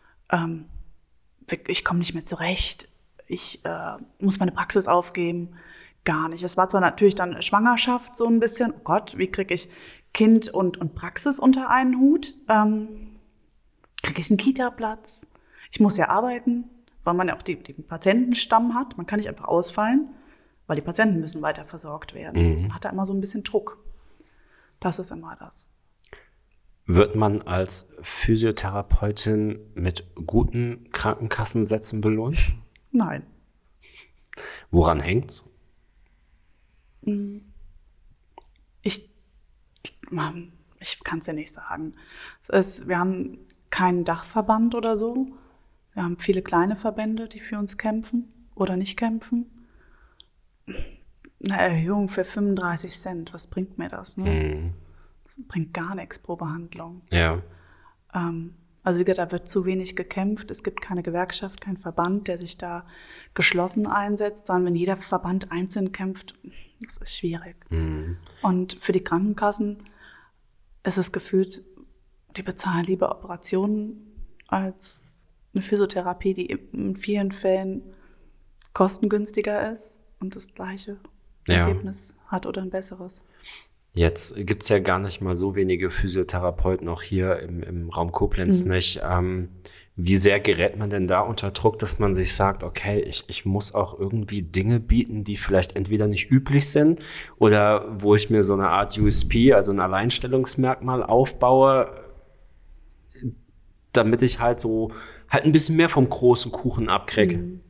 [SPEAKER 3] ich komme nicht mehr zurecht, ich muss meine Praxis aufgeben. Gar nicht. Es war zwar natürlich dann Schwangerschaft so ein bisschen, oh Gott, wie kriege ich Kind und Praxis unter einen Hut? Kriege ich einen Kita-Platz? Ich muss ja arbeiten, weil man ja auch den Patientenstamm hat. Man kann nicht einfach ausfallen, weil die Patienten müssen weiter versorgt werden. Man hat da immer so ein bisschen Druck. Das ist immer das.
[SPEAKER 2] Wird man als Physiotherapeutin mit guten Krankenkassensätzen belohnt?
[SPEAKER 3] Nein.
[SPEAKER 2] Woran hängt's?
[SPEAKER 3] Ich kann es ja nicht sagen. Wir haben keinen Dachverband oder so. Wir haben viele kleine Verbände, die für uns kämpfen oder nicht kämpfen. Eine Erhöhung für 35 Cent, was bringt mir das? Ne? Das bringt gar nichts pro Behandlung.
[SPEAKER 2] Ja.
[SPEAKER 3] Also wie gesagt, da wird zu wenig gekämpft. Es gibt keine Gewerkschaft, keinen Verband, der sich da geschlossen einsetzt, sondern wenn jeder Verband einzeln kämpft, das ist schwierig. Und für die Krankenkassen ist es gefühlt, die bezahlen lieber Operationen als eine Physiotherapie, die in vielen Fällen kostengünstiger ist und das gleiche Ergebnis hat oder ein besseres.
[SPEAKER 2] Jetzt gibt es ja gar nicht mal so wenige Physiotherapeuten auch hier im Raum Koblenz nicht. Wie sehr gerät man denn da unter Druck, dass man sich sagt, okay, ich muss auch irgendwie Dinge bieten, die vielleicht entweder nicht üblich sind oder wo ich mir so eine Art USP, also ein Alleinstellungsmerkmal aufbaue, damit ich halt ein bisschen mehr vom großen Kuchen abkriege.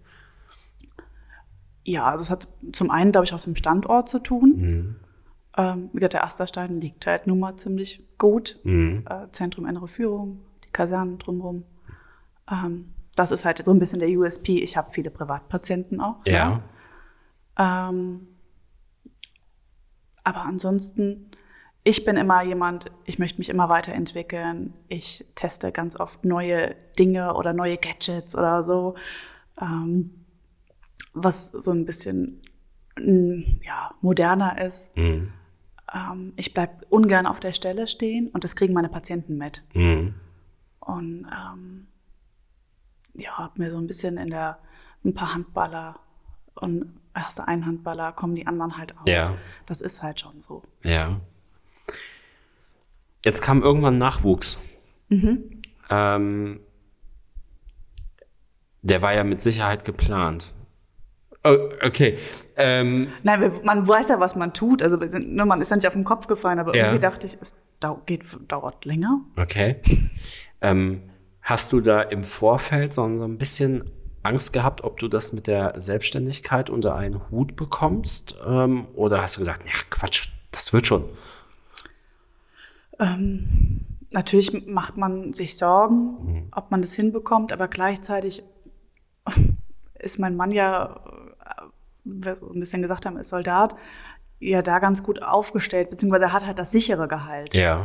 [SPEAKER 3] Ja, also es hat zum einen, glaube ich, auch mit dem Standort zu tun. Wie gesagt, der Asterstein liegt halt nun mal ziemlich gut. Zentrum Innere Führung, die Kasernen drumherum. Das ist halt so ein bisschen der USP. Ich habe viele Privatpatienten auch.
[SPEAKER 2] Ja.
[SPEAKER 3] Aber ansonsten, ich bin immer jemand, ich möchte mich immer weiterentwickeln. Ich teste ganz oft neue Dinge oder neue Gadgets oder so, was so ein bisschen moderner ist. Ich bleibe ungern auf der Stelle stehen und das kriegen meine Patienten mit. Und habe mir so ein bisschen ein paar Handballer und erst ein Handballer, kommen die anderen halt auch.
[SPEAKER 2] Ja.
[SPEAKER 3] Das ist halt schon so.
[SPEAKER 2] Ja. Jetzt kam irgendwann Nachwuchs. Der war ja mit Sicherheit geplant. Oh, okay.
[SPEAKER 3] Nein, man weiß ja, was man tut. Also man ist ja nicht auf den Kopf gefallen, aber irgendwie dachte ich, es dauert länger.
[SPEAKER 2] Okay. Hast du da im Vorfeld so ein bisschen Angst gehabt, ob du das mit der Selbstständigkeit unter einen Hut bekommst? Oder hast du gesagt, ja Quatsch, das wird schon?
[SPEAKER 3] Natürlich macht man sich Sorgen, ob man das hinbekommt, aber gleichzeitig ist mein Mann ja, wie wir so ein bisschen gesagt haben, ist Soldat, ja da ganz gut aufgestellt, beziehungsweise er hat halt das sichere Gehalt.
[SPEAKER 2] Ja.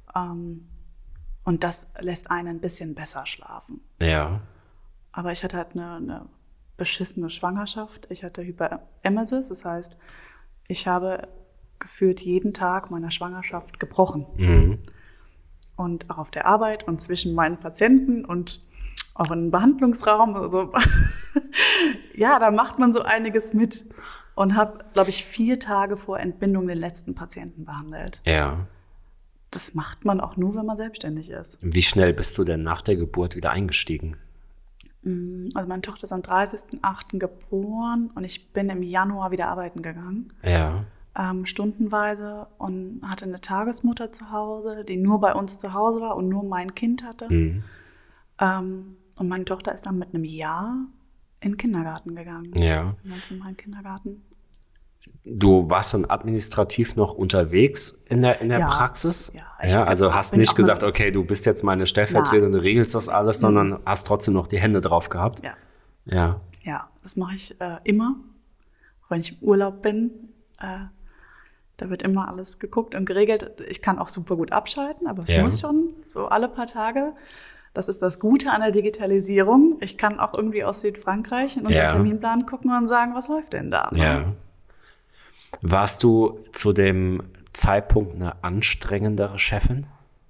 [SPEAKER 3] Und das lässt einen ein bisschen besser schlafen.
[SPEAKER 2] Ja.
[SPEAKER 3] Aber ich hatte halt eine beschissene Schwangerschaft. Ich hatte Hyperemesis, das heißt, ich habe gefühlt jeden Tag meiner Schwangerschaft gebrochen. Und auch auf der Arbeit und zwischen meinen Patienten und auch im Behandlungsraum. Also, ja, da macht man so einiges mit. Und habe, glaube ich, 4 Tage vor Entbindung den letzten Patienten behandelt.
[SPEAKER 2] Ja.
[SPEAKER 3] Das macht man auch nur, wenn man selbstständig ist.
[SPEAKER 2] Wie schnell bist du denn nach der Geburt wieder eingestiegen?
[SPEAKER 3] Also meine Tochter ist am 30.08. geboren und ich bin im Januar wieder arbeiten gegangen.
[SPEAKER 2] Ja.
[SPEAKER 3] Stundenweise und hatte eine Tagesmutter zu Hause, die nur bei uns zu Hause war und nur mein Kind hatte. Und meine Tochter ist dann mit einem Jahr in den Kindergarten gegangen.
[SPEAKER 2] Ja.
[SPEAKER 3] In meinen Kindergarten.
[SPEAKER 2] Du warst dann administrativ noch unterwegs in der Praxis?
[SPEAKER 3] Ja,
[SPEAKER 2] also hast nicht gesagt, okay, du bist jetzt meine Stellvertreterin, du regelst das alles, sondern hast trotzdem noch die Hände drauf gehabt?
[SPEAKER 3] Ja, das mache ich immer, auch wenn ich im Urlaub bin. Da wird immer alles geguckt und geregelt. Ich kann auch super gut abschalten, aber es muss schon so alle paar Tage. Das ist das Gute an der Digitalisierung. Ich kann auch irgendwie aus Südfrankreich in unseren Terminplan gucken und sagen, was läuft denn da?
[SPEAKER 2] Ja. Warst du zu dem Zeitpunkt eine anstrengendere Chefin?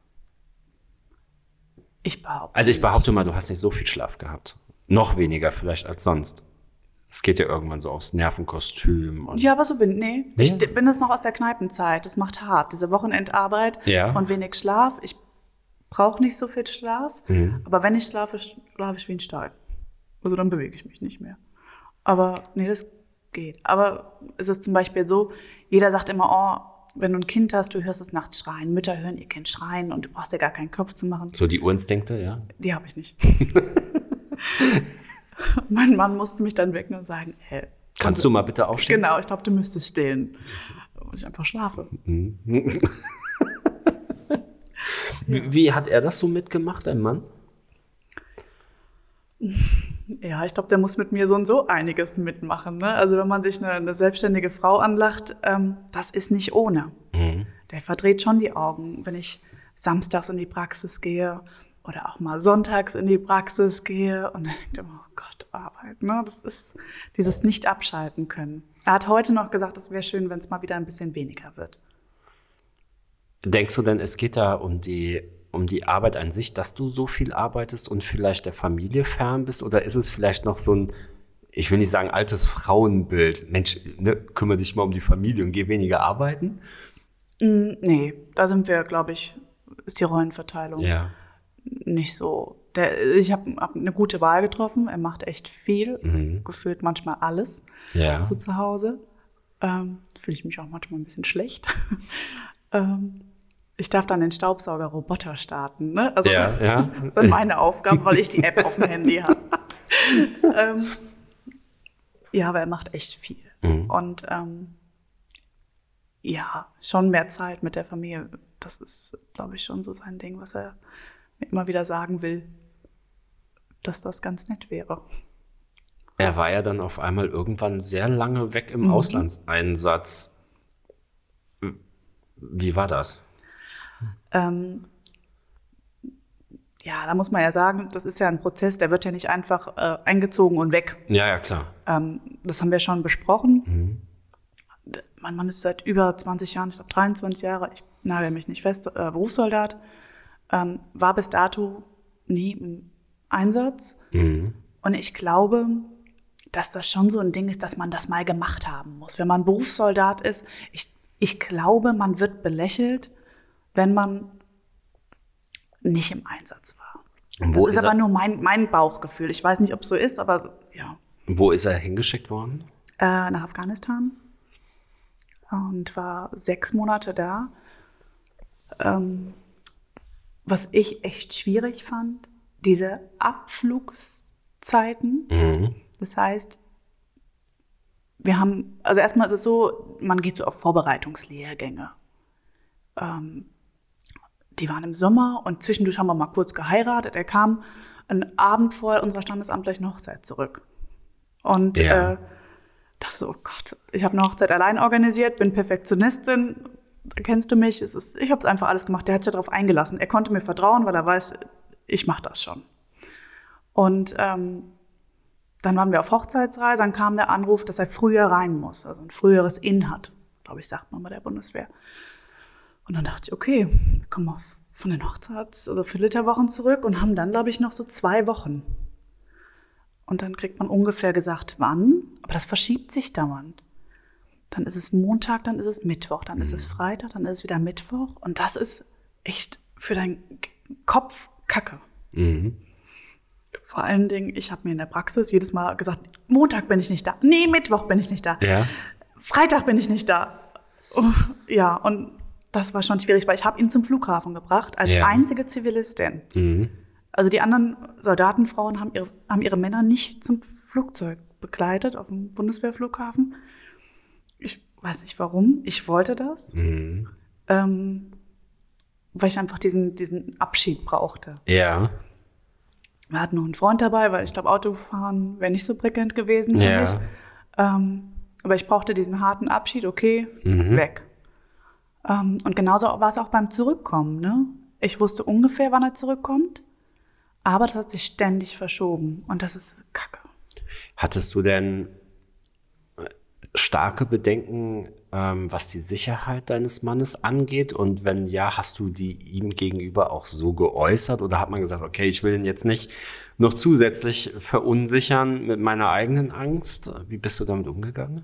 [SPEAKER 3] Ich
[SPEAKER 2] behaupte mal, du hast nicht so viel Schlaf gehabt. Noch weniger vielleicht als sonst. Es geht ja irgendwann so aufs Nervenkostüm.
[SPEAKER 3] Ja, aber so ich bin das noch aus der Kneipenzeit. Das macht hart, diese Wochenendarbeit und wenig Schlaf. Ich brauche nicht so viel Schlaf, aber wenn ich schlafe ich wie ein Stein. Also dann bewege ich mich nicht mehr. Aber das geht. Aber es ist zum Beispiel so, jeder sagt immer, wenn du ein Kind hast, du hörst es nachts schreien. Mütter hören ihr Kind schreien und du brauchst dir gar keinen Kopf zu machen.
[SPEAKER 2] So die Urinstinkte, ja?
[SPEAKER 3] Die habe ich nicht. Mein Mann musste mich dann wecken und sagen,
[SPEAKER 2] Kannst du mal bitte aufstehen?
[SPEAKER 3] Genau, ich glaube, du müsstest stehen. Und ich einfach schlafe.
[SPEAKER 2] Wie hat er das so mitgemacht, dein Mann?
[SPEAKER 3] Ja, ich glaube, der muss mit mir so und so einiges mitmachen. Ne? Also wenn man sich eine selbstständige Frau anlacht, das ist nicht ohne. Der verdreht schon die Augen, wenn ich samstags in die Praxis gehe oder auch mal sonntags in die Praxis gehe und dann denkt er, oh Gott, Arbeit. Ne? Das ist dieses nicht abschalten können. Er hat heute noch gesagt, es wäre schön, wenn es mal wieder ein bisschen weniger wird.
[SPEAKER 2] Denkst du denn, es geht da um die Arbeit an sich, dass du so viel arbeitest und vielleicht der Familie fern bist? Oder ist es vielleicht noch so ein, ich will nicht sagen altes Frauenbild, Mensch, ne, kümmere dich mal um die Familie und geh weniger arbeiten?
[SPEAKER 3] Nee, da sind wir, glaube ich, ist die Rollenverteilung nicht so. Ich habe eine gute Wahl getroffen, er macht echt viel, gefühlt manchmal alles so zu Hause. Fühle ich mich auch manchmal ein bisschen schlecht. Ich darf dann den Staubsaugerroboter starten. Ne? Also das ist dann meine Aufgabe, weil ich die App auf dem Handy habe. Ja, aber er macht echt viel. Und schon mehr Zeit mit der Familie. Das ist, glaube ich, schon so sein Ding, was er mir immer wieder sagen will, dass das ganz nett wäre.
[SPEAKER 2] Er war ja dann auf einmal irgendwann sehr lange weg im Auslandseinsatz. Wie war das?
[SPEAKER 3] Da muss man ja sagen, das ist ja ein Prozess, der wird ja nicht einfach eingezogen und weg.
[SPEAKER 2] Ja, klar.
[SPEAKER 3] Das haben wir schon besprochen. Mein Mann ist seit über 20 Jahren, ich glaube 23 Jahre, ich nagel mich nicht fest, Berufssoldat, war bis dato nie im Einsatz. Und ich glaube, dass das schon so ein Ding ist, dass man das mal gemacht haben muss. Wenn man Berufssoldat ist, ich glaube, man wird belächelt, wenn man nicht im Einsatz war. Das ist aber nur mein Bauchgefühl. Ich weiß nicht, ob es so ist, aber ja.
[SPEAKER 2] Wo ist er hingeschickt worden?
[SPEAKER 3] Nach Afghanistan und war 6 Monate da. Was ich echt schwierig fand, diese Abflugszeiten. Das heißt, wir haben, also erstmal ist es so, man geht so auf Vorbereitungslehrgänge. Die waren im Sommer und zwischendurch haben wir mal kurz geheiratet. Er kam einen Abend vor unserer standesamtlichen Hochzeit zurück. Und dachte so, oh Gott, ich habe eine Hochzeit allein organisiert, bin Perfektionistin, da kennst du mich. Ich habe es einfach alles gemacht. Der hat sich darauf eingelassen. Er konnte mir vertrauen, weil er weiß, ich mache das schon. Und dann waren wir auf Hochzeitsreise, dann kam der Anruf, dass er früher rein muss, also ein früheres In hat, glaube ich, sagt man bei der Bundeswehr. Und dann dachte ich, okay, wir kommen von den also Flitterwochen zurück und haben dann, glaube ich, noch so 2 Wochen. Und dann kriegt man ungefähr gesagt, wann, aber das verschiebt sich dauernd. Dann ist es Montag, dann ist es Mittwoch, dann ist es Freitag, dann ist es wieder Mittwoch. Und das ist echt für deinen Kopf Kacke. Vor allen Dingen, ich habe mir in der Praxis jedes Mal gesagt, Montag bin ich nicht da. Nee, Mittwoch bin ich nicht da. Freitag bin ich nicht da. Ja, und das war schon schwierig, weil ich habe ihn zum Flughafen gebracht, als einzige Zivilistin. Also die anderen Soldatenfrauen haben ihre Männer nicht zum Flugzeug begleitet, auf dem Bundeswehrflughafen. Ich weiß nicht warum, ich wollte das, weil ich einfach diesen Abschied brauchte. Wir hatten noch einen Freund dabei, weil ich glaube, Autofahren wäre nicht so prickelnd gewesen für mich. Aber ich brauchte diesen harten Abschied, okay, weg. Und genauso war es auch beim Zurückkommen. Ne? Ich wusste ungefähr, wann er zurückkommt, aber das hat sich ständig verschoben und das ist Kacke.
[SPEAKER 2] Hattest du denn starke Bedenken, was die Sicherheit deines Mannes angeht? Und wenn ja, hast du die ihm gegenüber auch so geäußert? Oder hat man gesagt, okay, ich will ihn jetzt nicht noch zusätzlich verunsichern mit meiner eigenen Angst? Wie bist du damit umgegangen?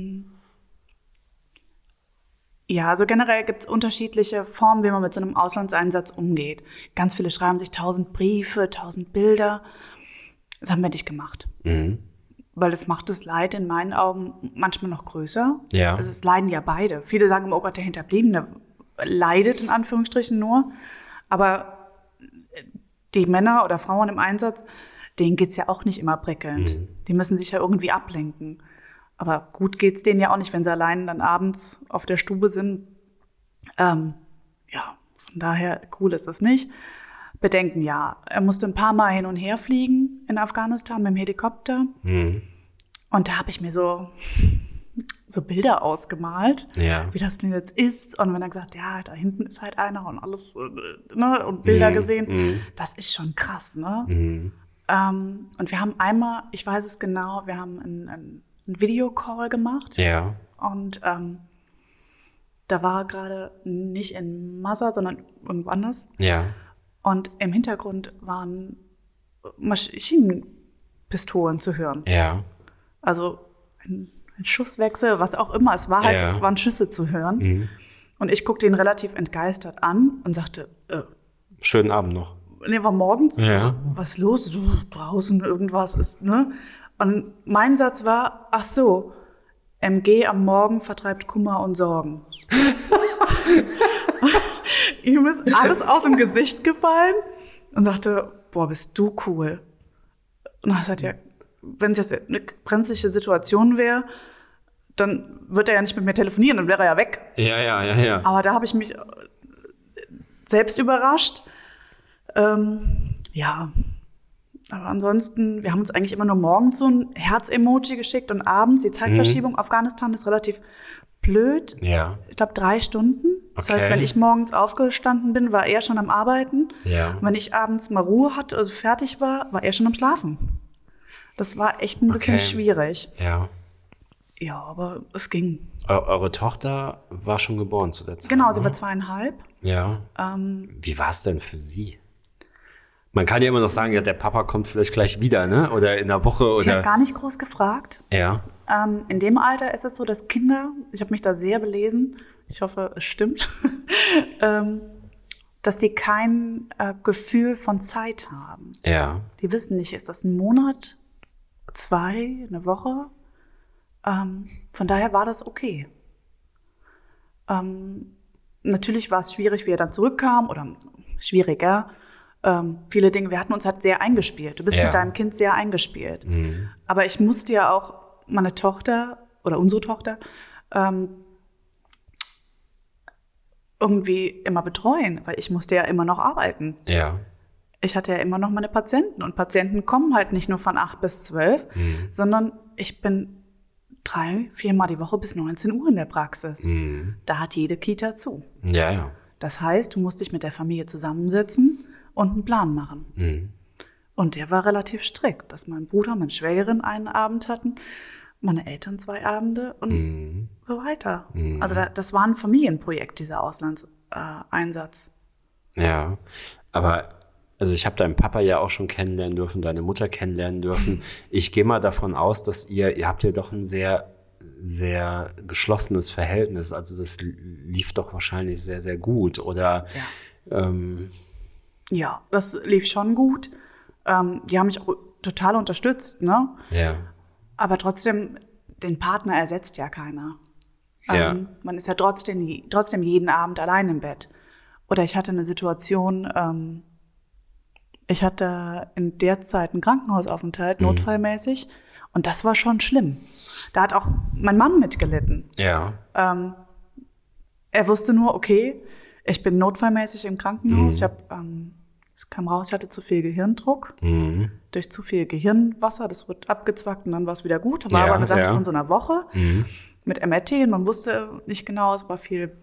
[SPEAKER 3] Ja, also generell gibt es unterschiedliche Formen, wie man mit so einem Auslandseinsatz umgeht. Ganz viele schreiben sich 1000 Briefe, 1000 Bilder. Das haben wir nicht gemacht. Weil das macht das Leid in meinen Augen manchmal noch größer. Also es leiden ja beide. Viele sagen immer, oh Gott, der Hinterbliebene leidet in Anführungsstrichen nur. Aber die Männer oder Frauen im Einsatz, denen geht's ja auch nicht immer prickelnd. Die müssen sich ja irgendwie ablenken. Aber gut geht's denen ja auch nicht, wenn sie allein dann abends auf der Stube sind. Von daher cool ist es nicht. Bedenken, ja. Er musste ein paar Mal hin und her fliegen in Afghanistan mit dem Helikopter. Und da habe ich mir so Bilder ausgemalt, wie das denn jetzt ist. Und wenn er gesagt, ja, da hinten ist halt einer und alles, ne, und Bilder gesehen. Das ist schon krass, ne? Und wir haben einmal, ich weiß es genau, wir haben einen Videocall gemacht.
[SPEAKER 2] Ja.
[SPEAKER 3] Und da war gerade nicht in Massa, sondern irgendwo anders.
[SPEAKER 2] Ja.
[SPEAKER 3] Und im Hintergrund waren Maschinenpistolen zu hören.
[SPEAKER 2] Ja.
[SPEAKER 3] Also ein Schusswechsel, was auch immer. Es war halt, waren Schüsse zu hören. Und ich guckte ihn relativ entgeistert an und sagte,
[SPEAKER 2] schönen Abend noch.
[SPEAKER 3] Nee, war morgens.
[SPEAKER 2] Ja.
[SPEAKER 3] Was ist los? So, draußen irgendwas ist, ne? Und mein Satz war, ach so, MG am Morgen vertreibt Kummer und Sorgen. Ihm ist alles aus dem Gesicht gefallen und sagte, boah, bist du cool. Und dann sagt er, wenn es jetzt eine brenzliche Situation wäre, dann wird er ja nicht mit mir telefonieren, dann wäre er ja weg.
[SPEAKER 2] Ja.
[SPEAKER 3] Aber da habe ich mich selbst überrascht. Aber ansonsten, wir haben uns eigentlich immer nur morgens so ein Herz-Emoji geschickt und abends, die Zeitverschiebung, Afghanistan ist relativ blöd.
[SPEAKER 2] Ja.
[SPEAKER 3] Ich glaube 3 Stunden. Das
[SPEAKER 2] Okay.
[SPEAKER 3] heißt, wenn ich morgens aufgestanden bin, war er schon am Arbeiten.
[SPEAKER 2] Ja.
[SPEAKER 3] Und wenn ich abends mal Ruhe hatte, also fertig war er schon am Schlafen. Das war echt ein bisschen schwierig.
[SPEAKER 2] Ja.
[SPEAKER 3] Ja, aber es ging.
[SPEAKER 2] Eure Tochter war schon geboren zu der Zeit?
[SPEAKER 3] Genau, sie war 2,5.
[SPEAKER 2] Ja. Wie war es denn für sie? Man kann ja immer noch sagen, ja, der Papa kommt vielleicht gleich wieder, ne? Oder in einer Woche
[SPEAKER 3] Ich habe
[SPEAKER 2] oder.
[SPEAKER 3] gar nicht groß gefragt.
[SPEAKER 2] Ja.
[SPEAKER 3] In dem Alter ist es so, dass Kinder, ich habe mich da sehr belesen, ich hoffe, es stimmt, dass die kein Gefühl von Zeit haben.
[SPEAKER 2] Ja.
[SPEAKER 3] Die wissen nicht, ist das ein Monat, 2, eine Woche? Von daher war das okay. Natürlich war es schwierig, wie er dann zurückkam, oder schwieriger. Viele Dinge, wir hatten uns halt sehr eingespielt. Du bist mit deinem Kind sehr eingespielt. Aber ich musste ja auch meine Tochter oder unsere Tochter irgendwie immer betreuen, weil ich musste ja immer noch arbeiten.
[SPEAKER 2] Ja.
[SPEAKER 3] Ich hatte ja immer noch meine Patienten und Patienten kommen halt nicht nur von 8 bis 12, sondern ich bin 3-4 Mal die Woche bis 19 Uhr in der Praxis. Da hat jede Kita zu.
[SPEAKER 2] Ja.
[SPEAKER 3] Das heißt, du musst dich mit der Familie zusammensetzen und einen Plan machen. Und der war relativ strikt, dass mein Bruder, meine Schwägerin einen Abend hatten, meine Eltern 2 Abende und so weiter. Also das war ein Familienprojekt, dieser Auslandseinsatz.
[SPEAKER 2] Ja, aber also ich habe deinen Papa ja auch schon kennenlernen dürfen, deine Mutter kennenlernen dürfen. Ich gehe mal davon aus, dass ihr habt ja doch ein sehr, sehr geschlossenes Verhältnis. Also das lief doch wahrscheinlich sehr, sehr gut, oder?
[SPEAKER 3] Ja. Ja, das lief schon gut. Die haben mich auch total unterstützt, ne?
[SPEAKER 2] Ja.
[SPEAKER 3] Aber trotzdem, den Partner ersetzt ja keiner.
[SPEAKER 2] Ja.
[SPEAKER 3] Man ist ja trotzdem jeden Abend allein im Bett. Oder ich hatte eine Situation, ich hatte in der Zeit einen Krankenhausaufenthalt, notfallmäßig. Und das war schon schlimm. Da hat auch mein Mann mitgelitten.
[SPEAKER 2] Ja.
[SPEAKER 3] Er wusste nur, okay, ich bin notfallmäßig im Krankenhaus. Es kam raus, ich hatte zu viel Gehirndruck. Durch zu viel Gehirnwasser. Das wird abgezwackt und dann war es wieder gut. War aber eine Sache von so einer Woche mit MRT. Und man wusste nicht genau, es war viel,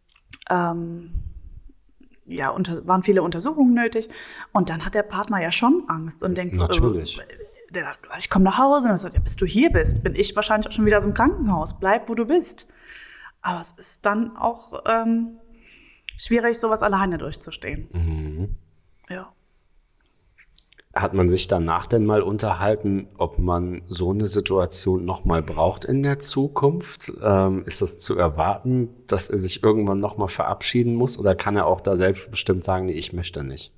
[SPEAKER 3] waren viele Untersuchungen nötig. Und dann hat der Partner ja schon Angst und denkt
[SPEAKER 2] natürlich.
[SPEAKER 3] Ich komme nach Hause und er sagt, ja, bis du hier bist, bin ich wahrscheinlich auch schon wieder aus dem Krankenhaus. Bleib, wo du bist. Aber es ist dann auch schwierig, sowas alleine durchzustehen. Ja.
[SPEAKER 2] Hat man sich danach denn mal unterhalten, ob man so eine Situation nochmal braucht in der Zukunft? Ist das zu erwarten, dass er sich irgendwann nochmal verabschieden muss? Oder kann er auch da selbstbestimmt sagen, nee, ich möchte nicht?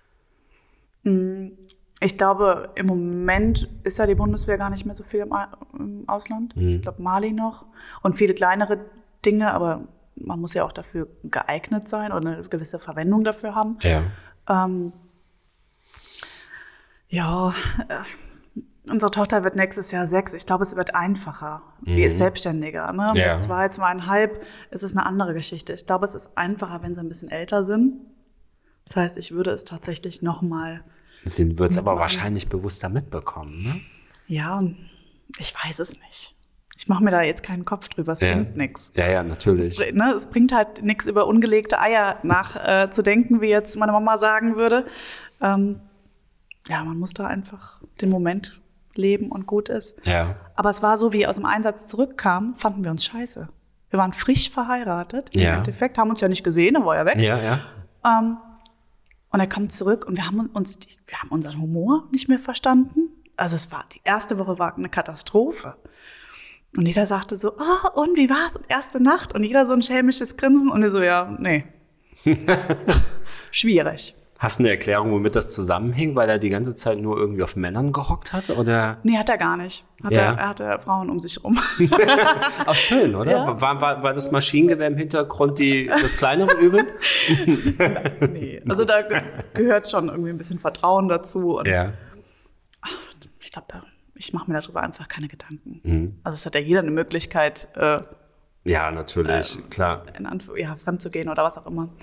[SPEAKER 3] Ich glaube, im Moment ist ja die Bundeswehr gar nicht mehr so viel im Ausland. Ich glaube, Mali noch. Und viele kleinere Dinge, aber man muss ja auch dafür geeignet sein oder eine gewisse Verwendung dafür haben.
[SPEAKER 2] Ja.
[SPEAKER 3] Unsere Tochter wird nächstes Jahr 6. Ich glaube, es wird einfacher. Die ist selbstständiger. Ne?
[SPEAKER 2] Ja.
[SPEAKER 3] Mit 2, 2,5 ist es eine andere Geschichte. Ich glaube, es ist einfacher, wenn sie ein bisschen älter sind. Das heißt, ich würde es tatsächlich nochmal...
[SPEAKER 2] Sie wird es aber wahrscheinlich bewusster mitbekommen, ne?
[SPEAKER 3] Ja, ich weiß es nicht. Ich mache mir da jetzt keinen Kopf drüber. Es bringt nichts.
[SPEAKER 2] Ja, natürlich.
[SPEAKER 3] Es bringt halt nichts, über ungelegte Eier nachzudenken, wie jetzt meine Mama sagen würde. Man muss da einfach den Moment leben und gut ist.
[SPEAKER 2] Ja.
[SPEAKER 3] Aber es war so, wie er aus dem Einsatz zurückkam, fanden wir uns scheiße. Wir waren frisch verheiratet. Im Endeffekt, haben uns ja nicht gesehen, er war ja weg.
[SPEAKER 2] Ja.
[SPEAKER 3] Und er kommt zurück und wir haben unseren Humor nicht mehr verstanden. Also die erste Woche war eine Katastrophe. Und jeder sagte so, und wie war's? Und erste Nacht? Und jeder so ein schelmisches Grinsen. Und wir so, ja, nee. Schwierig.
[SPEAKER 2] Hast du eine Erklärung, womit das zusammenhing? Weil er die ganze Zeit nur irgendwie auf Männern gehockt hat? Oder?
[SPEAKER 3] Nee, hat er gar nicht. Er hatte Frauen um sich rum.
[SPEAKER 2] Ach, schön, oder?
[SPEAKER 3] Ja.
[SPEAKER 2] War das Maschinengewehr im Hintergrund das kleinere Übel?
[SPEAKER 3] Nee, also da gehört schon irgendwie ein bisschen Vertrauen dazu. Und ich glaube, ich mache mir darüber einfach keine Gedanken. Mhm. Also es hat ja jeder eine Möglichkeit,
[SPEAKER 2] ja, natürlich, klar.
[SPEAKER 3] Fremd zu gehen oder was auch immer.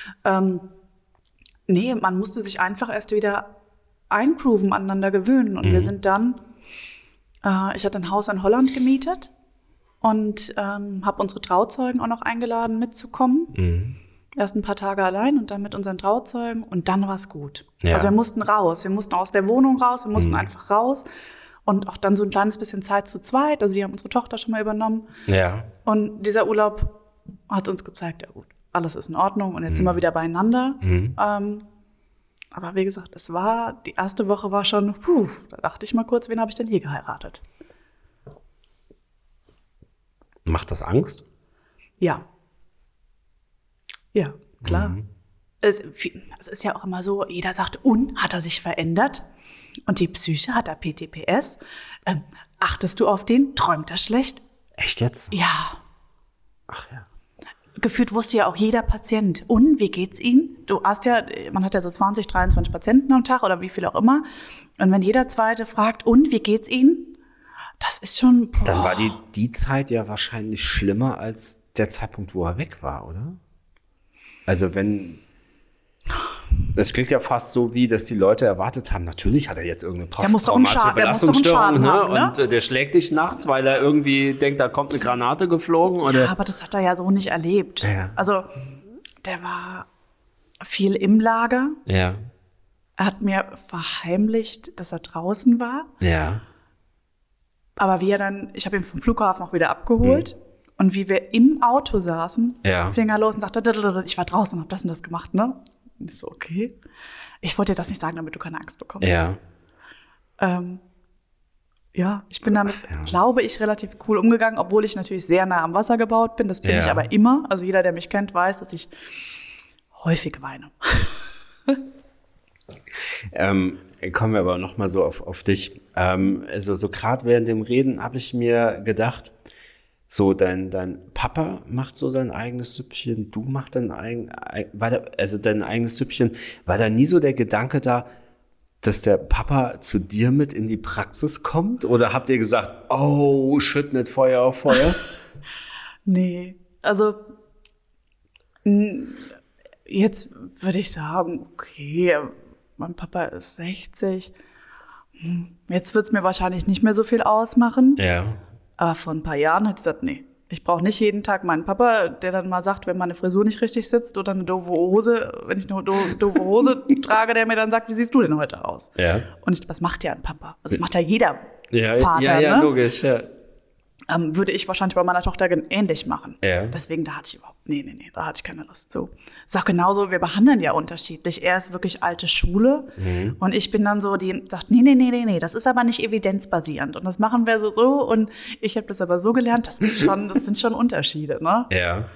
[SPEAKER 3] Nee, man musste sich einfach erst wieder eingrooven, aneinander gewöhnen. Und wir sind dann, ich hatte ein Haus in Holland gemietet und habe unsere Trauzeugen auch noch eingeladen, mitzukommen. Mhm. Erst ein paar Tage allein und dann mit unseren Trauzeugen und dann war es gut. Ja. Also wir mussten raus, wir mussten aus der Wohnung raus, wir mussten einfach raus und auch dann so ein kleines bisschen Zeit zu zweit. Also wir haben unsere Tochter schon mal übernommen. Ja. Und dieser Urlaub hat uns gezeigt, ja gut, alles ist in Ordnung und jetzt sind wir wieder beieinander. Aber wie gesagt, die erste Woche war schon, da dachte ich mal kurz, wen habe ich denn hier geheiratet?
[SPEAKER 2] Macht das Angst?
[SPEAKER 3] Ja. Ja, klar. Es ist ja auch immer so, jeder sagt, hat er sich verändert? Und die Psyche, hat er PTBS? Achtest du auf den? Träumt er schlecht?
[SPEAKER 2] Echt jetzt?
[SPEAKER 3] Ja.
[SPEAKER 2] Ach ja.
[SPEAKER 3] Gefühlt wusste ja auch jeder Patient, wie geht's Ihnen? Man hat ja so 20, 23 Patienten am Tag oder wie viel auch immer. Und wenn jeder Zweite fragt, wie geht's Ihnen? Das ist schon...
[SPEAKER 2] Dann war die Zeit ja wahrscheinlich schlimmer als der Zeitpunkt, wo er weg war, oder? Also das klingt ja fast so, wie dass die Leute erwartet haben, natürlich hat er jetzt irgendeine posttraumatische Belastungsstörung, ne? Und der schlägt dich nachts, weil er irgendwie denkt, da kommt eine Granate geflogen, oder?
[SPEAKER 3] Ja, aber das hat er ja so nicht erlebt. Ja. Also der war viel im Lager. Ja. Er hat mir verheimlicht, dass er draußen war. Ja. Aber ich habe ihn vom Flughafen auch wieder abgeholt. Und wie wir im Auto saßen, fing er los und sagte, ich war draußen und habe das und das gemacht, ne? Und ich so, okay. Ich wollte dir das nicht sagen, damit du keine Angst bekommst. Ja. Ich bin damit, glaube ich, relativ cool umgegangen, obwohl ich natürlich sehr nah am Wasser gebaut bin. Das bin ich aber immer. Also jeder, der mich kennt, weiß, dass ich häufig weine.
[SPEAKER 2] Kommen wir aber noch mal so auf dich. Also so gerade während dem Reden habe ich mir gedacht, so, dein Papa macht so sein eigenes Süppchen, du machst dein eigenes Süppchen. War da nie so der Gedanke da, dass der Papa zu dir mit in die Praxis kommt? Oder habt ihr gesagt, schütt nicht Feuer auf Feuer?
[SPEAKER 3] Nee, also jetzt würde ich sagen, okay, mein Papa ist 60. Jetzt wird es mir wahrscheinlich nicht mehr so viel ausmachen. Ja. Aber vor ein paar Jahren hat ich gesagt, nee, ich brauche nicht jeden Tag meinen Papa, der dann mal sagt, wenn meine Frisur nicht richtig sitzt oder eine doofe Hose, wenn ich eine doofe Hose trage, der mir dann sagt, wie siehst du denn heute aus? Ja. Und was macht ja ein Papa? Das macht ja jeder Vater,
[SPEAKER 2] ja,
[SPEAKER 3] ne?
[SPEAKER 2] Logisch, ja.
[SPEAKER 3] Würde ich wahrscheinlich bei meiner Tochter ähnlich machen. Ja. Deswegen, da hatte ich überhaupt, da hatte ich keine Lust zu. Ist auch genauso, wir behandeln ja unterschiedlich. Er ist wirklich alte Schule und ich bin dann so, die sagt, nee, das ist aber nicht evidenzbasierend und das machen wir so und ich habe das aber so gelernt, das sind schon Unterschiede, ne?
[SPEAKER 2] Ja.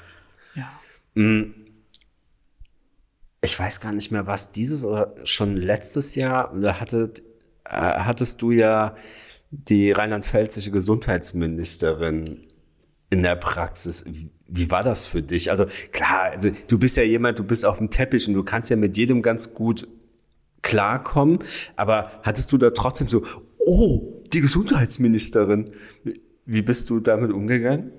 [SPEAKER 2] Ich weiß gar nicht mehr, was dieses oder schon letztes Jahr, da hattest du ja die rheinland-pfälzische Gesundheitsministerin in der Praxis. Wie war das für dich? Also klar, also du bist ja jemand, du bist auf dem Teppich und du kannst ja mit jedem ganz gut klarkommen, aber hattest du da trotzdem so, die Gesundheitsministerin. Wie bist du damit umgegangen?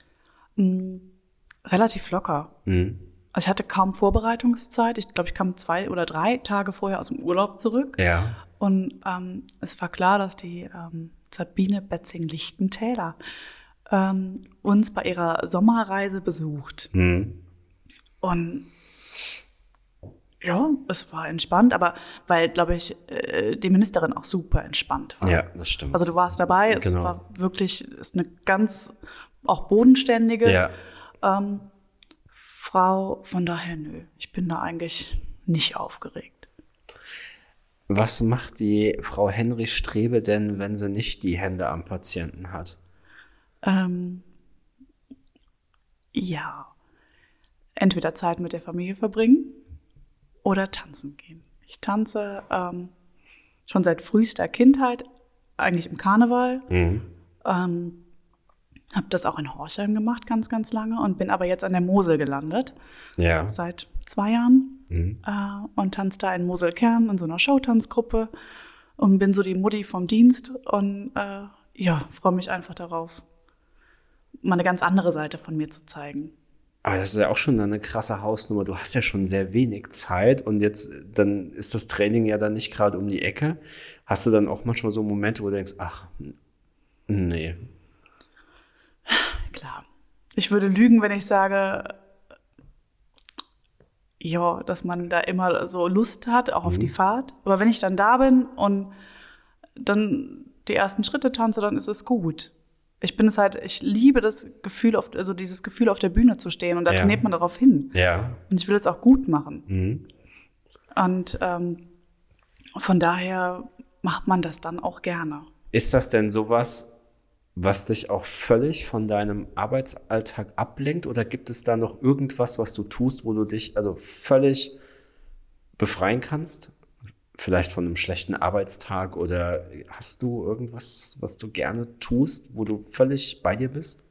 [SPEAKER 3] Relativ locker. Also ich hatte kaum Vorbereitungszeit. Ich glaube, ich kam 2 oder 3 Tage vorher aus dem Urlaub zurück.
[SPEAKER 2] Ja.
[SPEAKER 3] Und es war klar, dass die Sabine Betzing-Lichtentäler uns bei ihrer Sommerreise besucht. Und ja, es war entspannt, aber weil, glaube ich, die Ministerin auch super entspannt war.
[SPEAKER 2] Ja, das stimmt.
[SPEAKER 3] Also du warst dabei, es
[SPEAKER 2] Genau.
[SPEAKER 3] war wirklich ist eine ganz auch bodenständige Frau. Von daher, nö, ich bin da eigentlich nicht aufgeregt.
[SPEAKER 2] Was macht die Frau Henry Strebe denn, wenn sie nicht die Hände am Patienten hat?
[SPEAKER 3] Ja, entweder Zeit mit der Familie verbringen oder tanzen gehen. Ich tanze schon seit frühester Kindheit, eigentlich im Karneval. Habe das auch in Horchheim gemacht, ganz, ganz lange und bin aber jetzt an der Mosel gelandet.
[SPEAKER 2] Ja.
[SPEAKER 3] Seit 2 Jahren und tanze da in Moselkern in so einer Showtanzgruppe und bin so die Mutti vom Dienst und freue mich einfach darauf, mal eine ganz andere Seite von mir zu zeigen.
[SPEAKER 2] Aber das ist ja auch schon eine krasse Hausnummer. Du hast ja schon sehr wenig Zeit und jetzt dann ist das Training ja dann nicht gerade um die Ecke. Hast du dann auch manchmal so Momente, wo du denkst, ach, nee.
[SPEAKER 3] Klar. Ich würde lügen, wenn ich sage, ja, dass man da immer so Lust hat, auch auf die Fahrt. Aber wenn ich dann da bin und dann die ersten Schritte tanze, dann ist es gut. Ich liebe das Gefühl, dieses Gefühl auf der Bühne zu stehen und da trainiert man darauf hin.
[SPEAKER 2] Ja.
[SPEAKER 3] Und ich will es auch gut machen. Und von daher macht man das dann auch gerne.
[SPEAKER 2] Ist das denn sowas, was dich auch völlig von deinem Arbeitsalltag ablenkt? Oder gibt es da noch irgendwas, was du tust, wo du dich also völlig befreien kannst? Vielleicht von einem schlechten Arbeitstag oder hast du irgendwas, was du gerne tust, wo du völlig bei dir bist?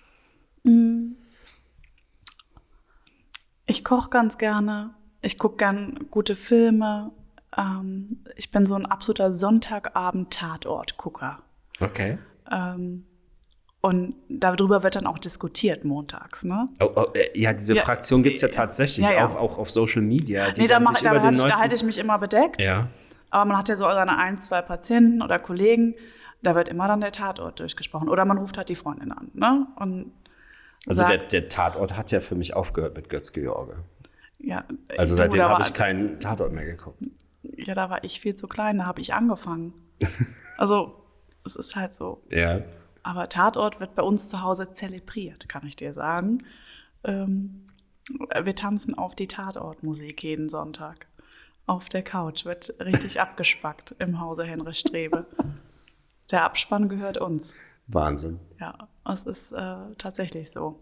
[SPEAKER 3] Ich koche ganz gerne. Ich gucke gern gute Filme. Ich bin so ein absoluter Sonntagabend-Tatort-Gucker.
[SPEAKER 2] Okay.
[SPEAKER 3] Und darüber wird dann auch diskutiert montags, ne?
[SPEAKER 2] Ja, diese Fraktion gibt es ja tatsächlich, auch auf Social Media. Die
[SPEAKER 3] Nee, da
[SPEAKER 2] neuesten...
[SPEAKER 3] halte ich mich immer bedeckt.
[SPEAKER 2] Ja.
[SPEAKER 3] Aber man hat ja so seine 1, 2 Patienten oder Kollegen, da wird immer dann der Tatort durchgesprochen. Oder man ruft halt die Freundin an, ne? Und
[SPEAKER 2] also der Tatort hat ja für mich aufgehört mit Götz-George.
[SPEAKER 3] Ja.
[SPEAKER 2] Also seitdem habe ich keinen Tatort mehr geguckt.
[SPEAKER 3] Ja, da war ich viel zu klein, da habe ich angefangen. Also, es ist halt so.
[SPEAKER 2] Ja.
[SPEAKER 3] Aber Tatort wird bei uns zu Hause zelebriert, kann ich dir sagen. Wir tanzen auf die Tatortmusik jeden Sonntag. Auf der Couch wird richtig abgespackt im Hause Henry Strebe. Der Abspann gehört uns.
[SPEAKER 2] Wahnsinn.
[SPEAKER 3] Ja, es ist tatsächlich so.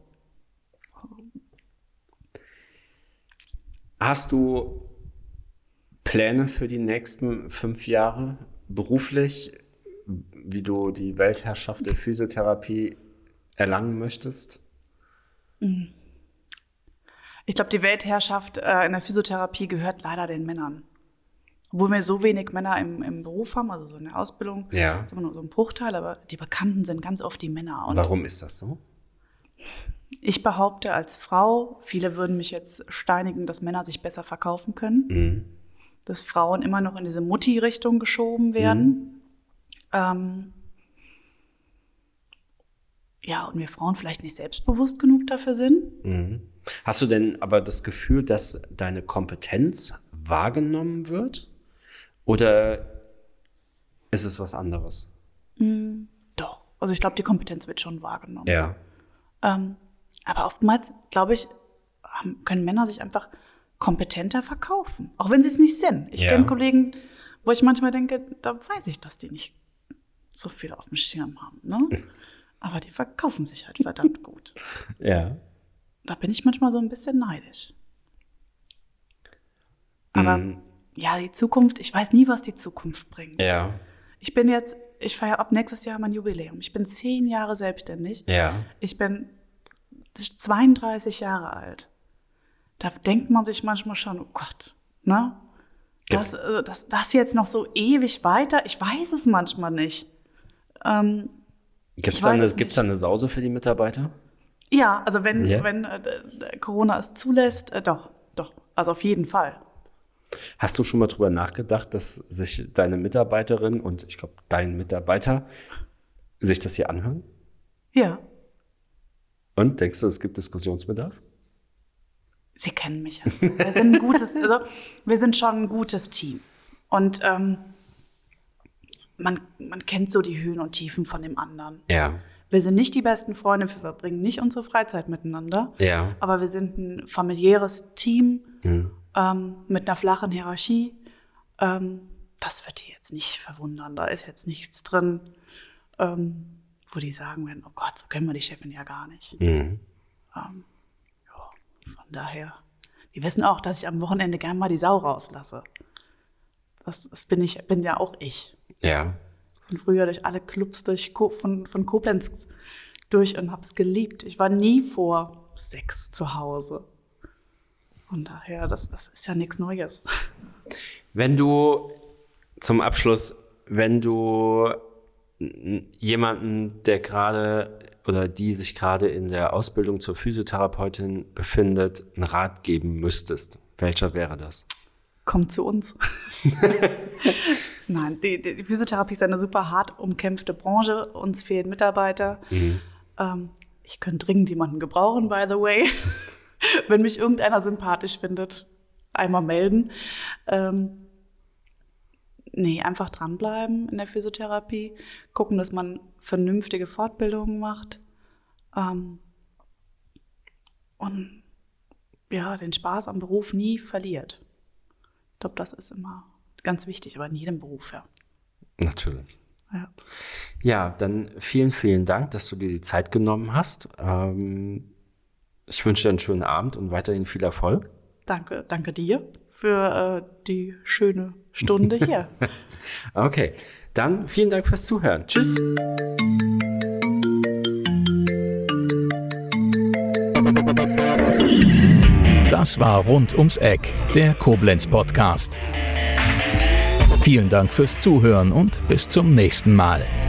[SPEAKER 2] Hast du Pläne für die nächsten 5 Jahre beruflich, wie du die Weltherrschaft der Physiotherapie erlangen möchtest?
[SPEAKER 3] Ich glaube, die Weltherrschaft in der Physiotherapie gehört leider den Männern. Obwohl wir so wenig Männer im Beruf haben, also so in der Ausbildung, ist immer nur so ein Bruchteil, aber die Bekannten sind ganz oft die Männer. Und
[SPEAKER 2] warum ist das so?
[SPEAKER 3] Ich behaupte als Frau, viele würden mich jetzt steinigen, dass Männer sich besser verkaufen können, dass Frauen immer noch in diese Mutti-Richtung geschoben werden. Und wir Frauen vielleicht nicht selbstbewusst genug dafür sind.
[SPEAKER 2] Hast du denn aber das Gefühl, dass deine Kompetenz wahrgenommen wird? Oder ist es was anderes?
[SPEAKER 3] Doch. Also ich glaube, die Kompetenz wird schon wahrgenommen.
[SPEAKER 2] Ja.
[SPEAKER 3] Aber oftmals, glaube ich, können Männer sich einfach kompetenter verkaufen. Auch wenn sie es nicht sind. Ich kenne Kollegen, wo ich manchmal denke, da weiß ich, dass die nicht so viel auf dem Schirm haben. Ne? Aber die verkaufen sich halt verdammt gut.
[SPEAKER 2] Ja.
[SPEAKER 3] Da bin ich manchmal so ein bisschen neidisch. Aber die Zukunft, ich weiß nie, was die Zukunft bringt.
[SPEAKER 2] Ja.
[SPEAKER 3] Ich feiere ab nächstes Jahr mein Jubiläum. Ich bin 10 Jahre selbstständig.
[SPEAKER 2] Ja.
[SPEAKER 3] Ich bin 32 Jahre alt. Da denkt man sich manchmal schon, oh Gott, ne? Das jetzt noch so ewig weiter, ich weiß es manchmal nicht.
[SPEAKER 2] Gibt's da eine Sause für die Mitarbeiter?
[SPEAKER 3] Ja, also wenn Corona es zulässt, doch. Also auf jeden Fall.
[SPEAKER 2] Hast du schon mal drüber nachgedacht, dass sich deine Mitarbeiterin und ich glaube dein Mitarbeiter sich das hier anhören?
[SPEAKER 3] Ja.
[SPEAKER 2] Und denkst du, es gibt Diskussionsbedarf?
[SPEAKER 3] Sie kennen mich ja. Wir sind schon ein gutes Team. Und man kennt so die Höhen und Tiefen von dem anderen.
[SPEAKER 2] Ja.
[SPEAKER 3] Wir sind nicht die besten Freunde, wir verbringen nicht unsere Freizeit miteinander.
[SPEAKER 2] Ja.
[SPEAKER 3] Aber wir sind ein familiäres Team mit einer flachen Hierarchie. Das wird die jetzt nicht verwundern. Da ist jetzt nichts drin, wo die sagen werden, oh Gott, so kennen wir die Chefin ja gar nicht. Von daher, die wissen auch, dass ich am Wochenende gern mal die Sau rauslasse. Das bin ja auch ich.
[SPEAKER 2] Ja.
[SPEAKER 3] Ich bin früher durch alle Clubs von Koblenz durch und hab's geliebt. Ich war nie vor 6 zu Hause. Von daher, das ist ja nichts Neues.
[SPEAKER 2] Wenn du jemanden, der gerade oder die sich gerade in der Ausbildung zur Physiotherapeutin befindet, einen Rat geben müsstest, welcher wäre das?
[SPEAKER 3] Kommt zu uns. Nein, die Physiotherapie ist eine super hart umkämpfte Branche. Uns fehlen Mitarbeiter. Ich könnte dringend jemanden gebrauchen, by the way. Wenn mich irgendeiner sympathisch findet, einmal melden. Einfach dranbleiben in der Physiotherapie. Gucken, dass man vernünftige Fortbildungen macht. Und ja, den Spaß am Beruf nie verliert. Ich glaube, das ist immer ganz wichtig, aber in jedem Beruf, ja.
[SPEAKER 2] Natürlich.
[SPEAKER 3] Ja.
[SPEAKER 2] Ja, dann vielen, vielen Dank, dass du dir die Zeit genommen hast. Ich wünsche dir einen schönen Abend und weiterhin viel Erfolg.
[SPEAKER 3] Danke dir für die schöne Stunde hier.
[SPEAKER 2] Okay, dann vielen Dank fürs Zuhören. Tschüss.
[SPEAKER 1] Das war Rund ums Eck, der Koblenz-Podcast. Vielen Dank fürs Zuhören und bis zum nächsten Mal.